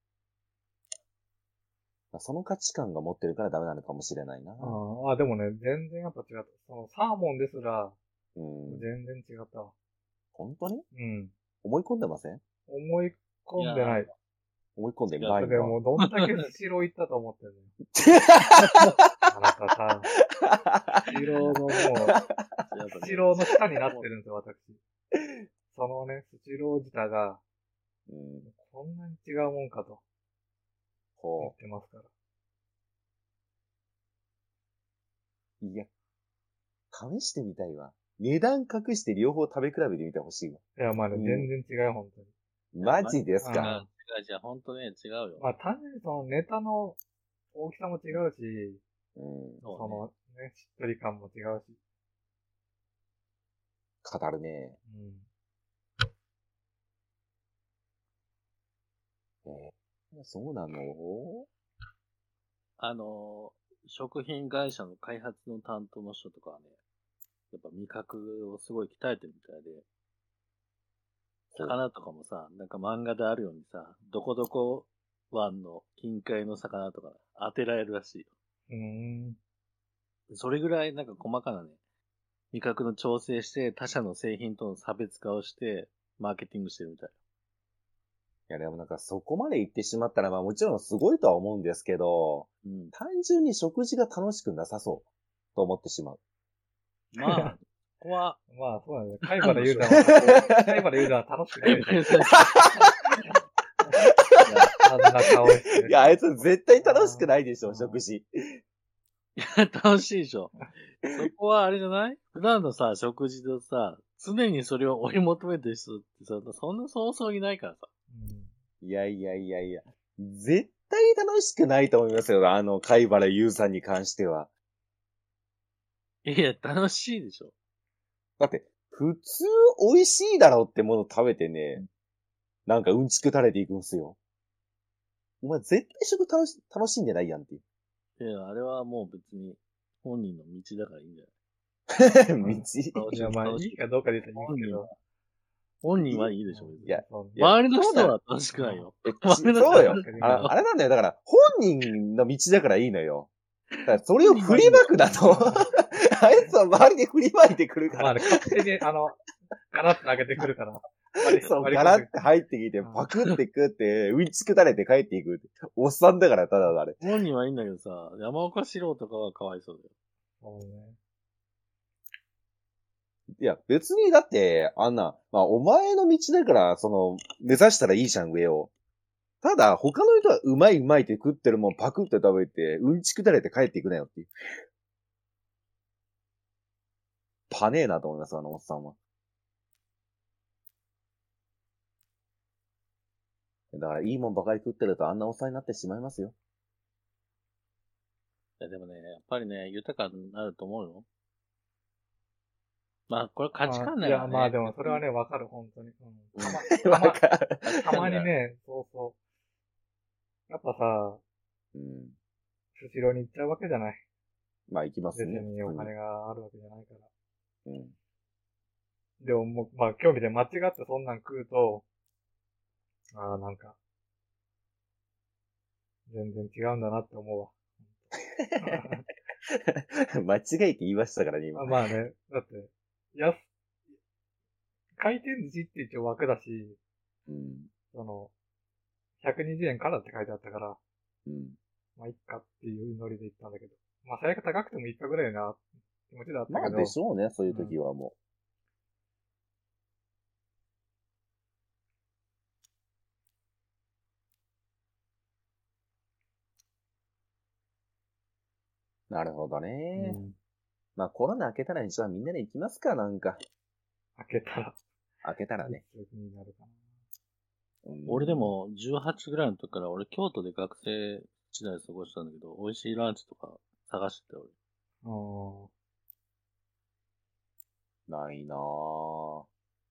その価値観が持ってるからダメなのかもしれないな。 でもね、全然やっぱ違った。そのサーモンですら、全然違ったわ。 本当に？ うん。 思い込んでません？ 思い込んでない。 思い込んでないんだ。 でも、どんだけスシロー行ったと思ってるの？あなたさ、スシローのもう、スシローの下になってるんですよ、私。そのね、スシロー自体が、こんなに違うもんかと。言ってますから。 いや、試してみたいわ。値段隠して両方食べ比べてみてほしいわ。 いや、まあね、全然違う、本当に。 マジですか？ 違う、本当ね、違うよ。 まあ、単純にそのネタの大きさも違うし、そのね、しっとり感も違うし。 語るね。そうなの？ 食品会社の開発の担当の人とかはね、やっぱ味覚をすごい鍛えてるみたいで、魚とかもさ、なんか漫画であるようにさ、どこどこ湾の近海の魚とか当てられるらしいよ。それぐらいなんか細かなね、味覚の調整して他社の製品との差別化をしてマーケティングしてるみたい。 いやでもなんかそこまで行ってしまったらまあもちろんすごいとは思うんですけど、単純に食事が楽しくなさそうと思ってしまう。 まあ、ここは、 まあそうだね。貝原雄大は楽しくないでしょ。あんな顔して。 いや、あいつ絶対楽しくないでしょ、食事。 いや、楽しいでしょ。そこはあれじゃない？普段のさ、食事でさ、常にそれを追い求めてる人ってさ、そんなそうそういないからさ。 いや。絶対楽しくないと思いますよ、貝原優さんに関しては。 いや、楽しいでしょ。 だって、普通美味しいだろうってもの食べてね、なんかうんちく垂れていくんすよ。お前絶対食楽しんでないやんっていう。 いや、あれはもう別に本人の道だからいいんじゃない？ 道？いや、まあいいかどうかで言ったらいいけど。 本人はいいでしょ、別に。 いや、 周りの人は楽しくないよ。 そうよ。あれなんだよ。だから、本人の道だからいいのよ。 だからそれを振りまくだと、あいつは周りで振りまいてくるから。 まあね、勝手に、ガラッと上げてくるから。 そう、ガラッて入ってきて、パクって食って、うんちくたれて帰っていく。おっさんだから、ただあれ。 本人はいいんだけどさ、山岡四郎とかはかわいそうだよ。 そうね。 いや、別にだって、まあ、お前の道だから、目指したらいいじゃん、上を。ただ、他の人はうまいうまいって食ってるもんパクって食べて、うんちくたれて帰っていくなよっていう。パネーなと思います、あのおっさんは。だから、いいもんばかり食ってるとあんなおっさんになってしまいますよ。 いや、でもね、やっぱりね、豊かになると思うよ。まあ、これ価値観だよね。 いや、まあでもそれはね、わかる、本当に。 わかる。 たまにね、そうそう。やっぱさ、スシローに行っちゃうわけじゃない。 まあ行きますね。 別にお金があるわけじゃないから。 うん。 でももう、まあ興味で間違ってそんなん食うと、なんか、全然違うんだなって思うわ。 間違えて言いましたからね、今。 まあね、だって、回転寿司って一応枠だし、120円からって書いてあったから、まあ、いっかっていうノリで言ったんだけど。まあ、最悪高くてもいっかぐらいな気持ちだったけど。 まあでしょうね、そういう時はもう。なるほどね。まあコロナ明けたら一応みんなで行きますか、なんか。 明けたらね。 になるかな。俺でも18ぐらいの時から俺京都で学生時代過ごしたんだけど、美味しいランチとか探してた俺。 ないなぁ。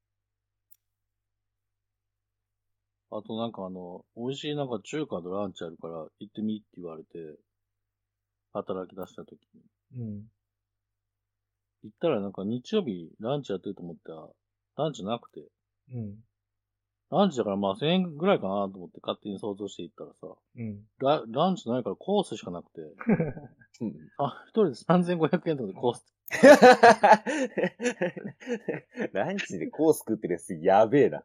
あとなんか美味しいなんか中華のランチあるから行ってみって言われて、働き出した時に。行ったらなんか日曜日ランチやってると思ったら、ランチなくて。ランチだからまあ1000円ぐらいかなと思って勝手に想像して行ったらさ、ランチないからコースしかなくて、一人で3500円とかでコース。 ランチでコース食ってるやつやべえな。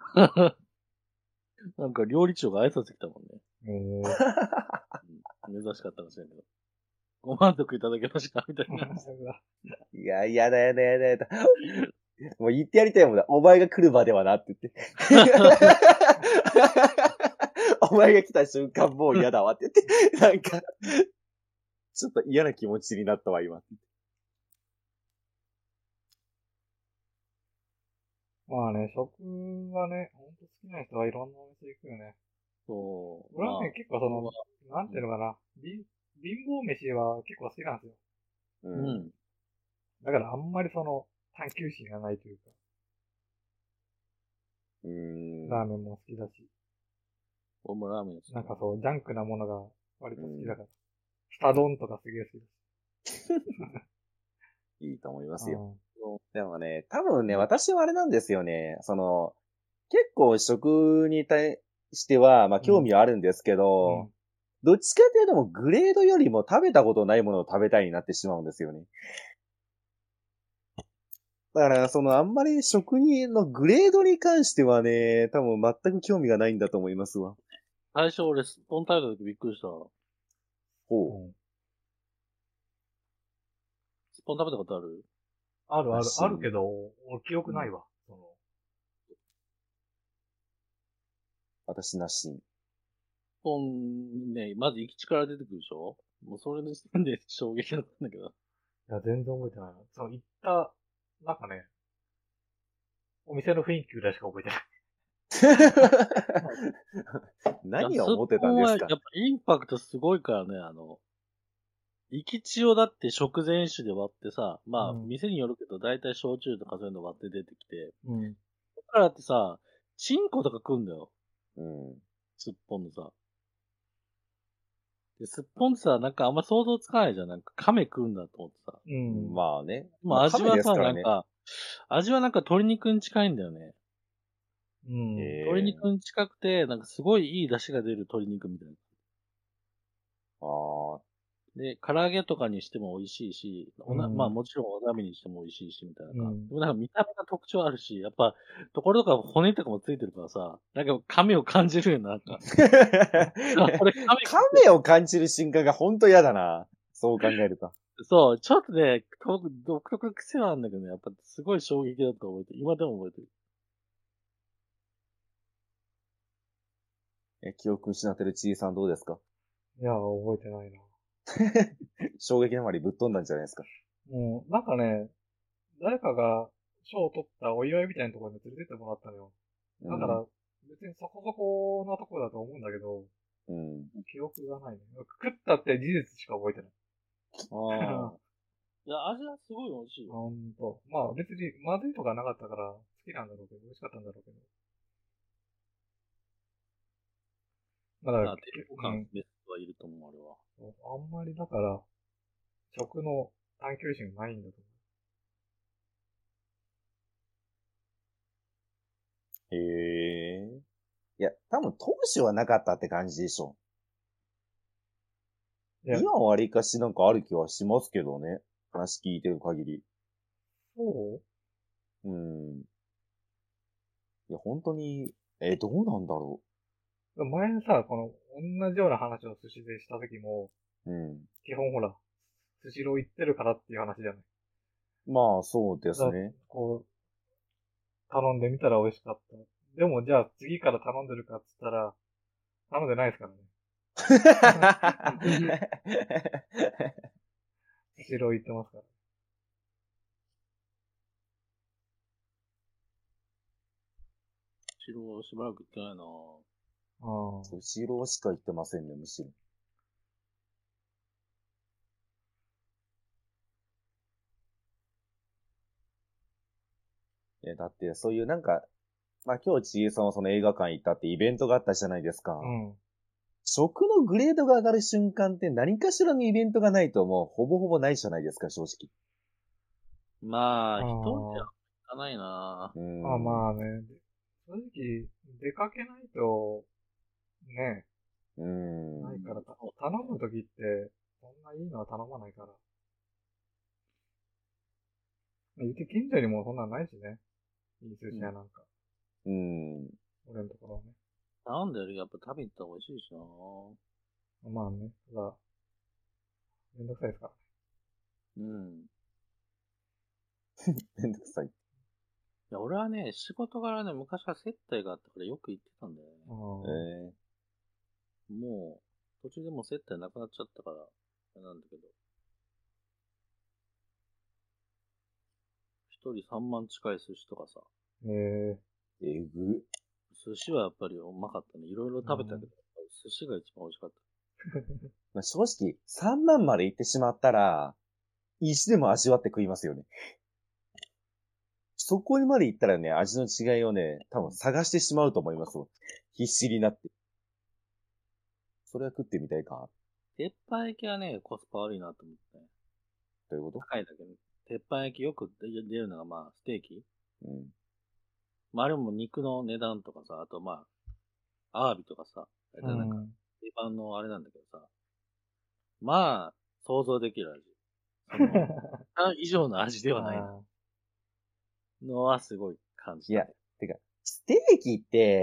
なんか料理長が挨拶来たもんね。珍しかったかもしれんけど。ご満足いただけましたみたいな。 いや、やだ。もう言ってやりたいもんだ。お前が来るまではなって言って。お前が来た瞬間もう嫌だわって言って。なんか、ちょっと嫌な気持ちになったわ、今。 まあね、食はね、ほんと好きな人はいろんなお店行くよね。 そう。 俺はね、結構なんていうのかな、貧乏飯は結構好きなんですよ。だからあんまり探求心がないというか。ラーメンも好きだし。 俺もラーメン好き。 なんかジャンクなものが割と好きだから。スタ丼とかすげえ好きだし。 いいと思いますよ。でもね、多分ね、私はあれなんですよね。結構食に対しては、まあ興味はあるんですけど、どっちかというともグレードよりも食べたことないものを食べたいになってしまうんですよね。だから、あんまり食品のグレードに関してはね、多分全く興味がないんだと思いますわ。 最初俺スッポン食べた時びっくりした。ほう。 スッポン食べたことある？ あるけど、俺記憶ないわ。 私なし。 スッポンね、まず行き地から出てくるでしょ？もうそれの時点で衝撃だったんだけど。 いや、全然覚えてない。行った、なんかね、お店の雰囲気ぐらいしか覚えてない。 何を思ってたんですか？ やっぱインパクトすごいからね、行き地をだって食前酒で割ってさ、まあ、店によるけど、だいたい焼酎とかそういうの割って出てきて、だからってさ、チンコとか食うんだよ。すっぽんのさ。で、すっぽんってさ、なんかあんま想像つかないじゃん。なんか亀食うんだと思ってさ。 まあね。 まあ味はさ、なんか、味はなんか鶏肉に近いんだよね。鶏肉に近くて、なんかすごいいい出汁が出る鶏肉みたいな。 で、唐揚げとかにしても美味しいし、まあもちろんお鍋にしても美味しいし、みたいな。でもなんか見た目が特徴あるし、やっぱ、ところどころ骨とかもついてるからさ、なんか噛を感じるよな、なんか。 噛を感じる瞬間がほんと嫌だな。そう考えると。 そう、ちょっとね、独特の癖はあるんだけどね、やっぱすごい衝撃だと覚えてる。今でも覚えてる。記憶失ってるちいさんどうですか？ いや、覚えてないな。 衝撃のあまりぶっ飛んだんじゃないですか。 もう、なんかね、誰かが賞を取ったお祝いみたいなところに連れてってもらったのよ。だから、別にそこそこなところだと思うんだけど、記憶がないね。食ったって事実しか覚えてない。 ああ。いや、味はすごい美味しいよ。 ほんと。まあ別にまずいとかなかったから好きなんだろうけど、美味しかったんだろうけど。 だから、抵抗感ベストはいると思う、あれは。 あんまりだから、食の探求心がないんだと思う。へえ。いや、多分当時はなかったって感じでしょ。今はわりかしなんかある気はしますけどね。話聞いてる限り。 そう？ いや、本当に、どうなんだろう。前さ、この、同じような話を寿司でした時も、基本ほら、寿司ロー行ってるからっていう話じゃない。 まあ、そうですね。 こう、頼んでみたら美味しかった。でも、じゃあ次から頼んでるかって言ったら、頼んでないですからね。寿司ロー行ってますから。 寿司ローしばらく行ってないなぁ。寿司ローしか行ってませんね、むしろ。いや、だって、そういうなんか、まあ今日ちえさんはその映画館行ったってイベントがあったじゃないですか。食のグレードが上がる瞬間って何かしらのイベントがないともうほぼほぼないじゃないですか、正直。 まあ、一人じゃ行かないなまあね。正直、出かけないと、ね。ないから、頼むときって、そんないいのは頼まないから。言って近所にもそんなんないしね。いい寿司屋なんか。俺のところはね。 なんでやっぱ食べに行った方が美味しいしなまあね。ただ、めんどくさいですからね。 めんどくさい。いや、俺はね、仕事柄ね、昔は接待があったからよく行ってたんだよね。もう、途中でもう接待なくなっちゃったから、あれなんだけど。一人3万近い寿司とかさ。 えぐ。 寿司はやっぱりうまかったね。いろいろ食べたけど、寿司が一番美味しかった。 まあ正直、3万まで行ってしまったら、石でも味わって食いますよね。そこにまで行ったらね、味の違いをね、多分探してしまうと思います。必死になって。それは食ってみたいか。 鉄板焼きはね、コスパ悪いなと思って。 どういうこと？ 高いだけど。鉄板焼きよく出るのがまあ、ステーキ。まあ、あれも肉の値段とかさ、あとまあ、アワビとかさ、なんか、定番のあれなんだけどさ、まあ、想像できる味。以上の味ではないな。のはすごい感じた。 いや、てか、ステーキって、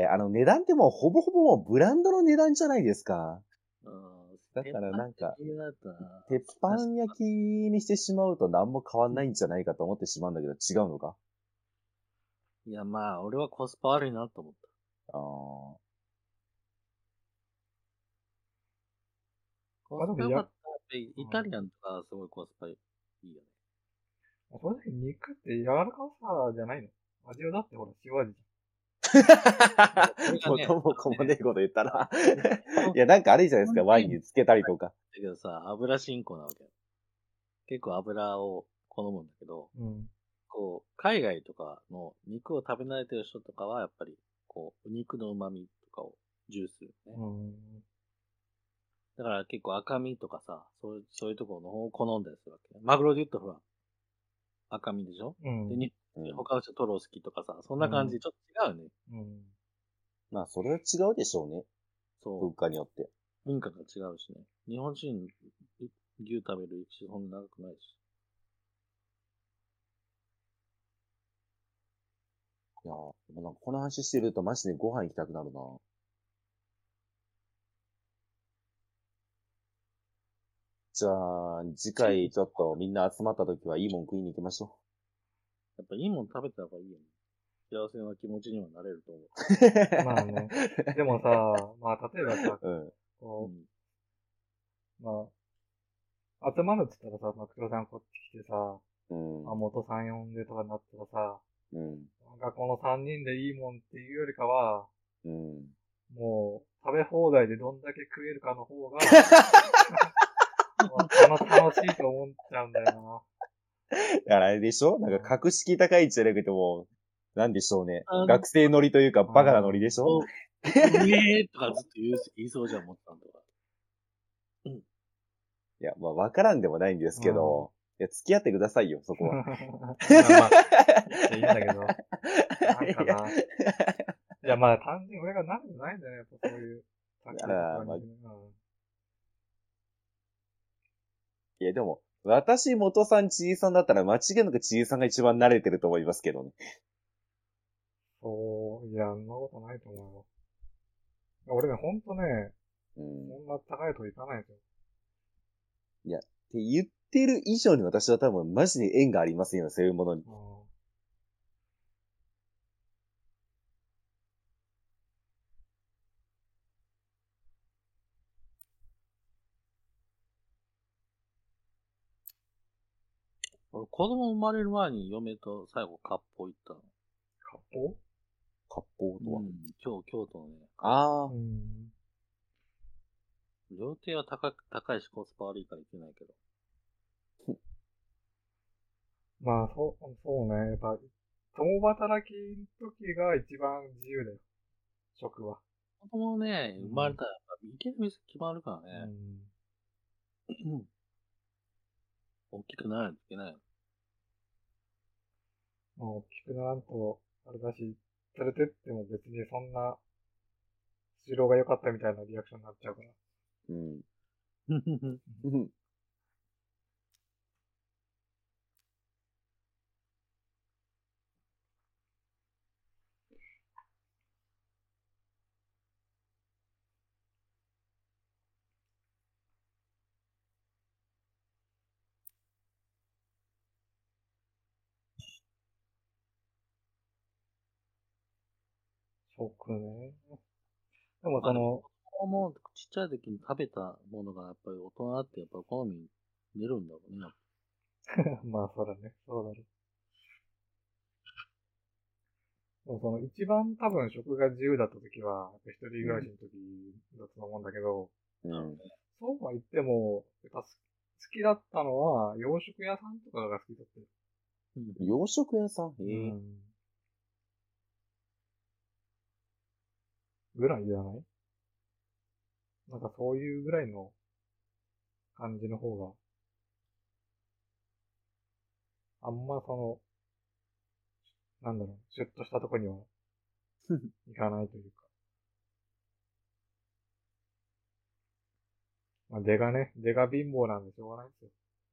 値段ってもうほぼほぼもうブランドの値段じゃないですか。だからなんか、鉄板焼きにしてしまうと何も変わんないんじゃないかと思ってしまうんだけど、違うのか？ いや、まあ、俺はコスパ悪いなと思った。コスパ良かったら、イタリアンとかすごいコスパいいよね。 正直肉って柔らかさじゃないの？味はだってほら、塩味じゃん。元も子もねえこと言ったら。いや、なんかあれじゃないですか、ワインにつけたりとか。 だけどさ、油信仰なわけ。結構油を好むんだけど、こう、海外とかの肉を食べ慣れてる人とかは、やっぱり、こう、肉の旨味とかを重視するね。だから結構赤身とかさ、そういうところの方を好んだりするわけ。マグロで言ったらほら、赤身でしょ？で、他の人トロ好きとかさ、そんな感じ、ちょっと違うね。 まあ、それは違うでしょうね。そう。文化によって。 文化が違うしね。日本人、 牛食べる歴史そんな長くないし。 いやー、でもなんかこの話してるとマジでご飯行きたくなるな。じゃあ、次回ちょっとみんな集まった時はいいもん食いに行きましょやっぱいいもん食べた方がいいよね。幸せな気持ちにはなれると思う。 まあね。でもさ、まあ例えばさ、 うん。 こう、まあ、集まるって言ったらさ、マクロさんこっち来てさ、 うん。 元さん呼んでとかになったらさ、 うん。 なんかこの3人でいいもんっていうよりかは、 うん。 もう、食べ放題でどんだけ食えるかの方が、楽しいと思っちゃうんだよだからあれでしょなんか格式高いんじゃなくても、なんでしょうね。 うん学生乗りというかバカな乗りでしょうえーとかずっと言いそうじゃん、思ったんとか。 いや、まあわからんでもないんですけど、いや、付き合ってくださいよ、そこは。 まあ、いいんだけど。なんかな。いや、まあ単純に俺がなるんじゃないんだよね、やっぱそういう。 だからまあうんいや、でも、私、元さん、ちいさんだったら間違いなくちいさんが一番慣れてると思いますけどね。 そう、いや、そんなことないと思うよ。俺ね、ほんとね、 うん。 そんな高いとこ行かないですよ。 いや、って言ってる以上に私は多分マジで縁がありませんよ、そういうものに。 俺、子供生まれる前に嫁と最後、割烹行ったの。 割烹割烹とは。 京都のね。 ああ。 料亭は高いしコスパ悪いから行けないけど。 まあ、そうね。やっぱ、共働きの時が一番自由だよ。食は。 子供ね、生まれたらやっぱ行ける店決まるからね。大きくならないといけない。 大きくならんと、あれだし、連れてっても別にそんな、スシローが良かったみたいなリアクションになっちゃうから。 うん。 食ね。でもその、 もうちっちゃい時に食べたものがやっぱり大人ってやっぱ好みに出るんだろうね。 まあそうだね。そうだね。でもその一番多分食が自由だった時は、やっぱ一人暮らしの時だと思うんだけど、 うん。 そうは言っても、やっぱ好きだったのは洋食屋さんとかが好きだったよ。 洋食屋さんぐらいじゃない？なんかそういうぐらいの感じの方が、あんまその、なんだろう、シュッとしたとこには行かないというか。まあ、出が貧乏なんでしょうがないですよ。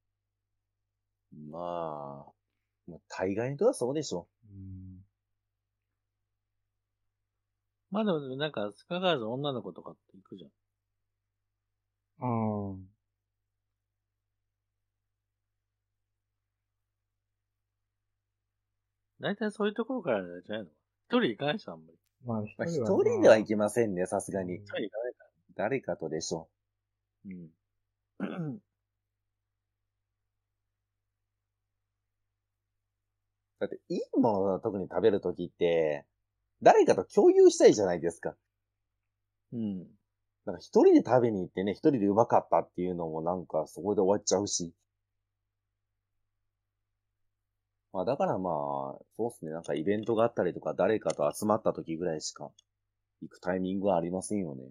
まあ、大概の人はそうでしょ。 まあでもなんか少なからず女の子とかって行くじゃん。 うん。 大体そういうところからじゃないの？一人行かない人あんまり。 まあ一人人では行けませんね、さすがに。 一人行かないから。 誰かとでしょうん。 だって、いいものを特に食べるときって、誰かと共有したいじゃないですか。 うん。 なんか一人で食べに行ってね、一人でうまかったっていうのもなんかそこで終わっちゃうし。まあだからまあ、そうっすね、なんかイベントがあったりとか誰かと集まった時ぐらいしか行くタイミングはありませんよね。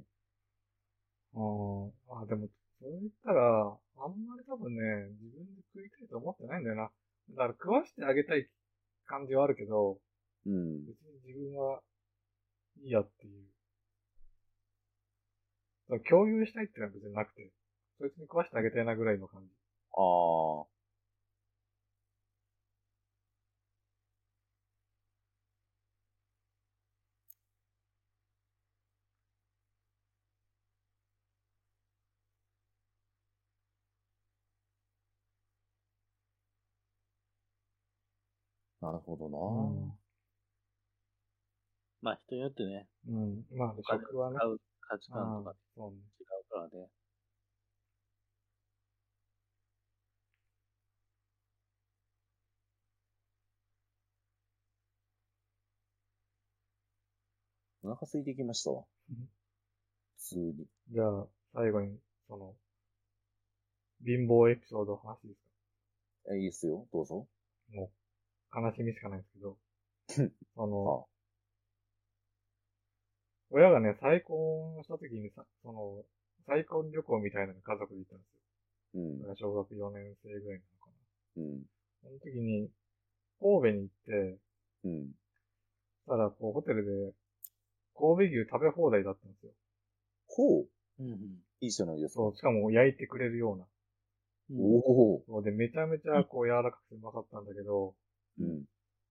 でも、そう言ったら、あんまり多分ね、自分で食いたいと思ってないんだよな。だから食わしてあげたい感じはあるけど、 うん。 別に自分はいいやっていう。だから共有したいっていうのは別になくて。 そいつに食わしてあげたいなぐらいの感じ。 ああ。なるほどな、 うん。 まあ人によってね。 うん。まあ、食はね。 使う価値観とかそうね。 違うからね。 お腹空いてきましたわ。普通に。 じゃあ、最後に、貧乏エピソードを話していいですか？ いいっすよ。どうぞ。 もう、悲しみしかないんですけど、 あ親がね、再婚した時にさ、再婚旅行みたいなのに家族で行ったんですよ。 うん。 だから小学4年生ぐらいなのかうん。 な。その時に、神戸に行って、 うん。 ただ、ホテルで、神戸牛食べ放題だったんですよ。 ほう。 うんうん。 いいじゃないですか。 そう、しかも焼いてくれるような。 おお。 そうで、めちゃめちゃ柔らかくてうまかったんだけど、 うん。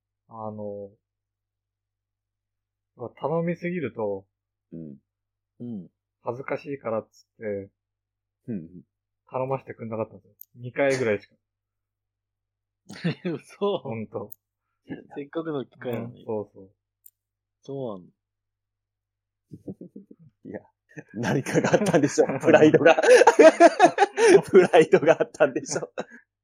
頼みすぎると、 うん。 うん。 恥ずかしいからっつって、 うん。 頼ませてくんなかったんですよ。2回ぐらいしか。 嘘。 ほんと。 せっかくの機会なのに。 そうそう。 そうなの。 いや、何かがあったんでしょ。プライドが。プライドがあったんでしょ。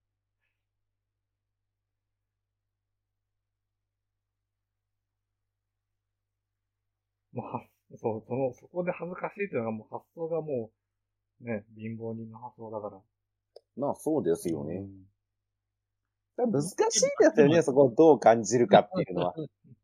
もうそこで恥ずかしいというのがもう発想がもう、ね、貧乏人の発想だから。 まあそうですよね。 うん難しいですよね、そこをどう感じるかっていうのは。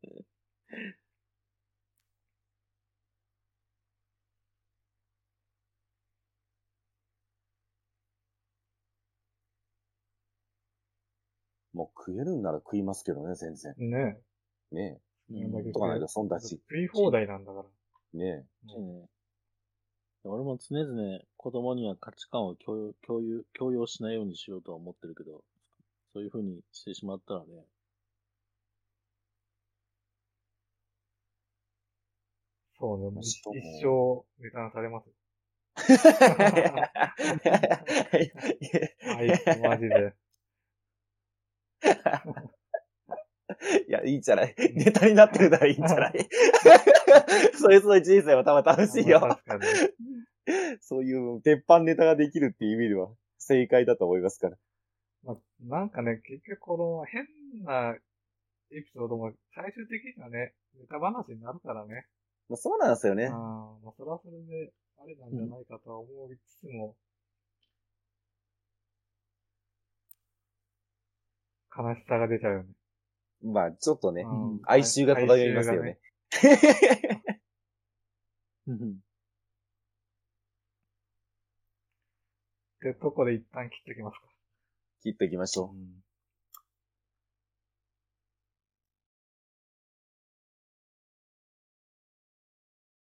もう食えるんなら食いますけどね、全然。 ねえ。ねえ。 え。とかないと損だし。 食い放題なんだから。 ねね。俺も常々子供には価値観を強要しないようにしようとは思ってるけど、そういう風にしてしまったらね。 そうね、もう一生値段されます。あいつマジで。 いや、いいんじゃないネタになってるならいいんじゃないそいつの人生は多分楽しいよ。 確かに。 そういう鉄板ネタができるっていう意味では正解だと思いますから。 まあ、なんかね、結局この変なエピソードも最終的にはね、ネタ話になるからね。 まあ、そうなんですよね。 まあ、それはそれで、あれなんじゃないかとは思いつつも、悲しさが出ちゃうよね。 まあ、ちょっとね、 うん哀愁が漂いますよね。 ってとこで一旦切っておきますか。 切っておきましょう。